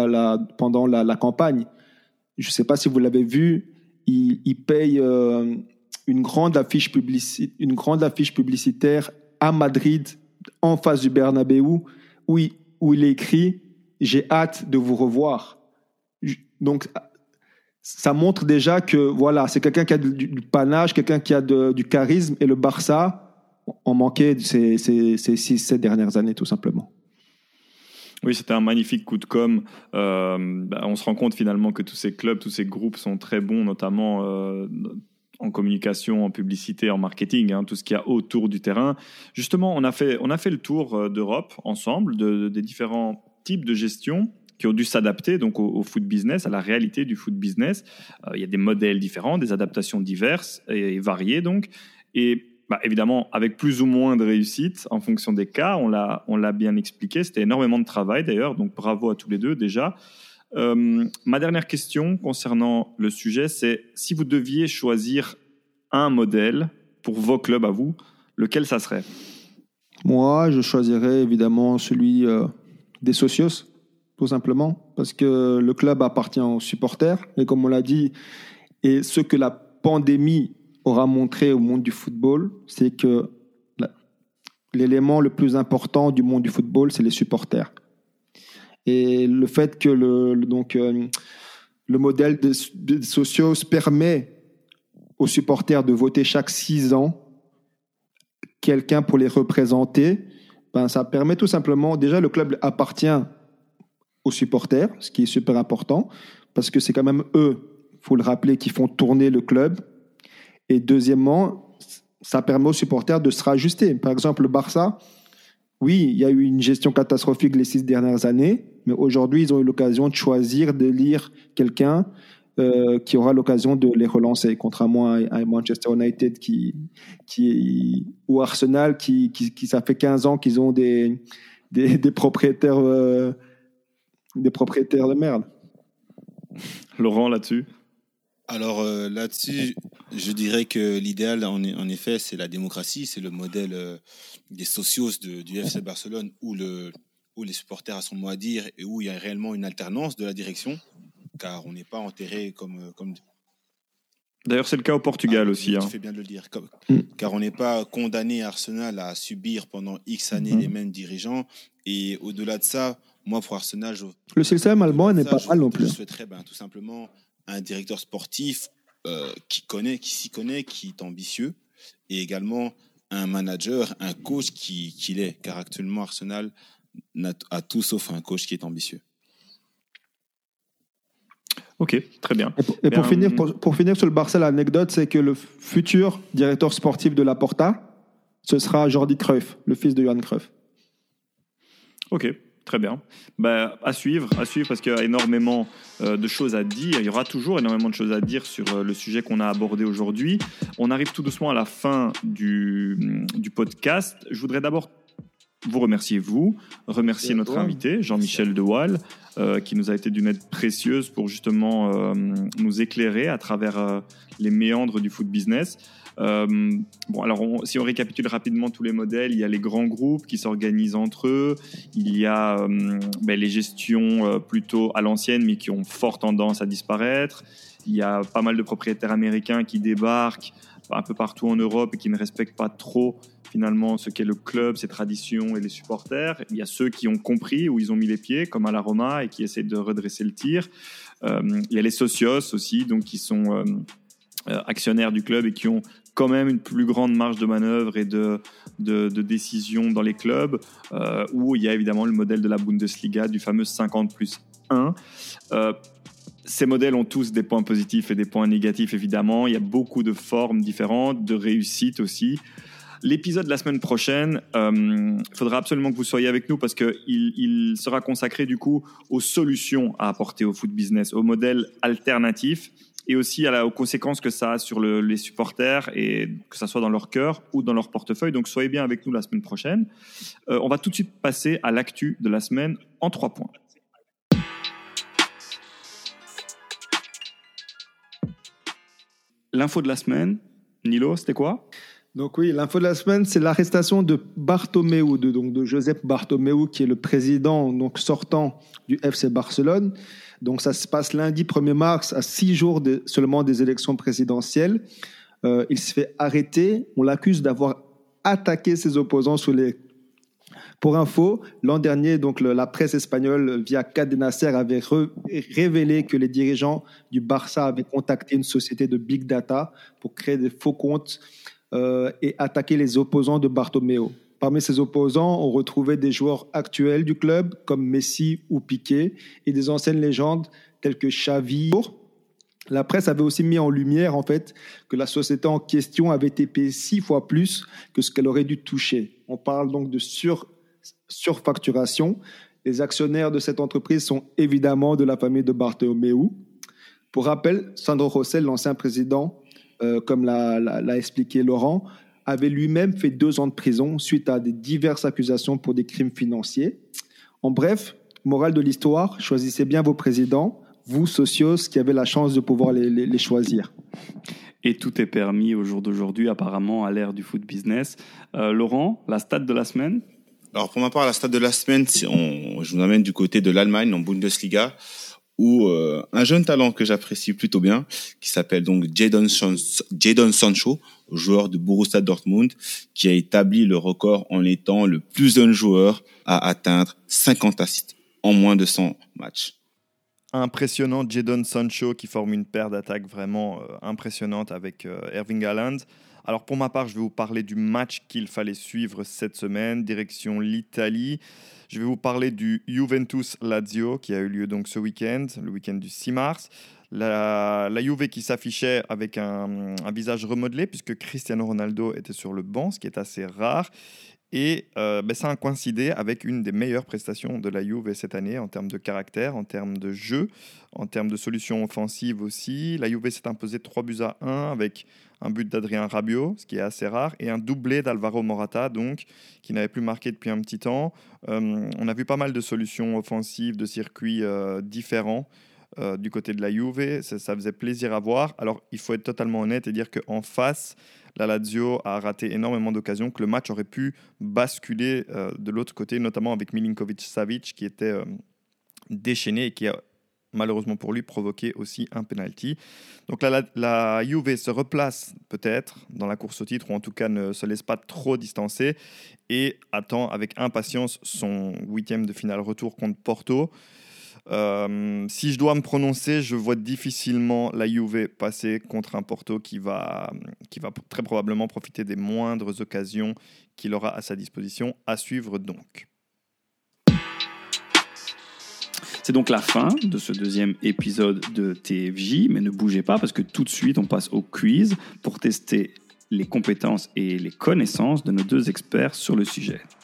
la campagne. Je ne sais pas si vous l'avez vu, il paye une grande affiche publicitaire à Madrid, en face du Bernabéu, où il est écrit « J'ai hâte de vous revoir ». Donc, ça montre déjà que voilà, c'est quelqu'un qui a du panache, quelqu'un qui a du charisme, et le Barça en manquait ces 6-7 dernières années, tout simplement. Oui, c'était un magnifique coup de com'. On se rend compte finalement que tous ces clubs, tous ces groupes sont très bons, notamment en communication, en publicité, en marketing, tout ce qu'il y a autour du terrain. Justement, on a fait le tour d'Europe ensemble, des différents types de gestion qui ont dû s'adapter donc au foot business, à la réalité du foot business. Il y a des modèles différents, des adaptations diverses et variées donc. Et évidemment, avec plus ou moins de réussite en fonction des cas, on l'a bien expliqué. C'était énormément de travail d'ailleurs, donc bravo à tous les deux déjà. Ma dernière question concernant le sujet, c'est si vous deviez choisir un modèle pour vos clubs à vous, lequel ça serait ? Moi, je choisirais évidemment celui des socios, tout simplement, parce que le club appartient aux supporters, et comme on l'a dit, et ce que la pandémie aura montré au monde du football, c'est que l'élément le plus important du monde du football, c'est les supporters. Et le fait que le modèle des socios permet aux supporters de voter chaque 6 ans quelqu'un pour les représenter, ça permet tout simplement, déjà le club appartient aux supporters, ce qui est super important, parce que c'est quand même eux, il faut le rappeler, qui font tourner le club. Et deuxièmement, ça permet aux supporters de se rajuster. Par exemple, le Barça, oui, il y a eu une gestion catastrophique les 6 dernières années, mais aujourd'hui, ils ont eu l'occasion de choisir d'élire quelqu'un qui aura l'occasion de les relancer, contrairement à Manchester United ou Arsenal, qui ça fait 15 ans qu'ils ont des propriétaires de merde. Laurent, là-dessus ? Alors là-dessus, je dirais que l'idéal, en effet, c'est la démocratie, c'est le modèle des socios du FC Barcelone où les supporters ont son mot à dire et où il y a réellement une alternance de la direction, car on n'est pas enterré comme... D'ailleurs, c'est le cas au Portugal aussi. Tu fais bien de le dire, car on n'est pas condamné à Arsenal à subir pendant X années les mêmes dirigeants. Et au-delà de ça, moi, pour Arsenal... Le système allemand n'est pas mal non plus. Je souhaiterais tout simplement un directeur sportif qui s'y connaît, qui est ambitieux, et également un manager, un coach qui l'est, car actuellement Arsenal a tout sauf un coach qui est ambitieux. Ok, très bien. Et pour finir sur le Barça, l'anecdote, c'est que le futur directeur sportif de Laporta, ce sera Jordi Cruyff, le fils de Johan Cruyff. Ok. Très bien. À suivre parce qu'il y a énormément de choses à dire. Il y aura toujours énormément de choses à dire sur le sujet qu'on a abordé aujourd'hui. On arrive tout doucement à la fin du podcast. Je voudrais d'abord vous remercier, remercier notre invité, Jean-Michel De Waal, qui nous a été d'une aide précieuse pour justement nous éclairer à travers les méandres du foot business. Si on récapitule rapidement tous les modèles, il y a les grands groupes qui s'organisent entre eux, il y a les gestions plutôt à l'ancienne mais qui ont fort tendance à disparaître, il y a pas mal de propriétaires américains qui débarquent un peu partout en Europe et qui ne respectent pas trop finalement ce qu'est le club, ses traditions et les supporters. Il y a ceux qui ont compris où ils ont mis les pieds, comme à la Roma, et qui essaient de redresser le tir. Il y a les socios aussi, donc qui sont actionnaires du club et qui ont quand même une plus grande marge de manœuvre et de décision dans les clubs, où il y a évidemment le modèle de la Bundesliga, du fameux 50+1. Ces modèles ont tous des points positifs et des points négatifs, évidemment. Il y a beaucoup de formes différentes, de réussite aussi. L'épisode de la semaine prochaine, il faudra absolument que vous soyez avec nous parce qu'il sera consacré du coup aux solutions à apporter au foot business, aux modèles alternatifs et aussi aux conséquences que ça a sur les supporters, et que ça soit dans leur cœur ou dans leur portefeuille. Donc soyez bien avec nous la semaine prochaine. On va tout de suite passer à l'actu de la semaine en 3 points. l'info de la semaine, Nilo, c'était quoi ? Donc oui, l'info de la semaine, c'est l'arrestation de Bartomeu, de Josep Bartomeu, qui est le président sortant du FC Barcelone. Donc ça se passe lundi 1er mars, à 6 jours seulement des élections présidentielles. Il se fait arrêter. On l'accuse d'avoir attaqué ses opposants Pour info, l'an dernier, la presse espagnole, via Cadena Ser, avait révélé que les dirigeants du Barça avaient contacté une société de big data pour créer des faux comptes et attaquer les opposants de Bartomeu. Parmi ces opposants, on retrouvait des joueurs actuels du club, comme Messi ou Piqué, et des anciennes légendes telles que Xavi. La presse avait aussi mis en lumière, en fait, que la société en question avait été payée 6 fois plus que ce qu'elle aurait dû toucher. On parle donc de surfacturation. Les actionnaires de cette entreprise sont évidemment de la famille de Bartomeu. Pour rappel, Sandro Rosell, l'ancien président, comme l'a expliqué Laurent, avait lui-même fait 2 ans de prison suite à des diverses accusations pour des crimes financiers. En bref, morale de l'histoire, choisissez bien vos présidents, vous, socios, qui avez la chance de pouvoir les choisir. Et tout est permis au jour d'aujourd'hui, apparemment, à l'ère du foot business. Laurent, la stat de la semaine ? Alors, pour ma part, la stat de la semaine, je vous amène du côté de l'Allemagne, en Bundesliga, où un jeune talent que j'apprécie plutôt bien, qui s'appelle donc Jadon Sancho, joueur de Borussia Dortmund, qui a établi le record en étant le plus jeune joueur à atteindre 50 assists en moins de 100 matchs. Impressionnant, Jadon Sancho qui forme une paire d'attaques vraiment impressionnante avec Erling Haaland. Alors pour ma part, je vais vous parler du match qu'il fallait suivre cette semaine, direction l'Italie. Je vais vous parler du Juventus-Lazio qui a eu lieu donc ce week-end, le week-end du 6 mars. La Juve qui s'affichait avec un visage remodelé puisque Cristiano Ronaldo était sur le banc, ce qui est assez rare. Et ça a coïncidé avec une des meilleures prestations de la Juve cette année en termes de caractère, en termes de jeu, en termes de solutions offensives aussi. La Juve s'est imposée 3-1 avec un but d'Adrien Rabiot, ce qui est assez rare, et un doublé d'Alvaro Morata, donc, qui n'avait plus marqué depuis un petit temps. On a vu pas mal de solutions offensives, de circuits différents du côté de la Juve. Ça faisait plaisir à voir. Alors, il faut être totalement honnête et dire qu'en face, la Lazio a raté énormément d'occasions, que le match aurait pu basculer de l'autre côté, notamment avec Milinkovic-Savic qui était déchaîné et qui a malheureusement pour lui provoqué aussi un penalty. Donc la Juve se replace peut-être dans la course au titre, ou en tout cas ne se laisse pas trop distancer et attend avec impatience son 8e de finale retour contre Porto. Si je dois me prononcer, je vois difficilement la Juve passer contre un Porto qui va très probablement profiter des moindres occasions qu'il aura à sa disposition. À suivre donc. C'est donc la fin de ce 2e épisode de TFJ, mais ne bougez pas parce que tout de suite on passe au quiz pour tester les compétences et les connaissances de nos 2 experts sur le sujet.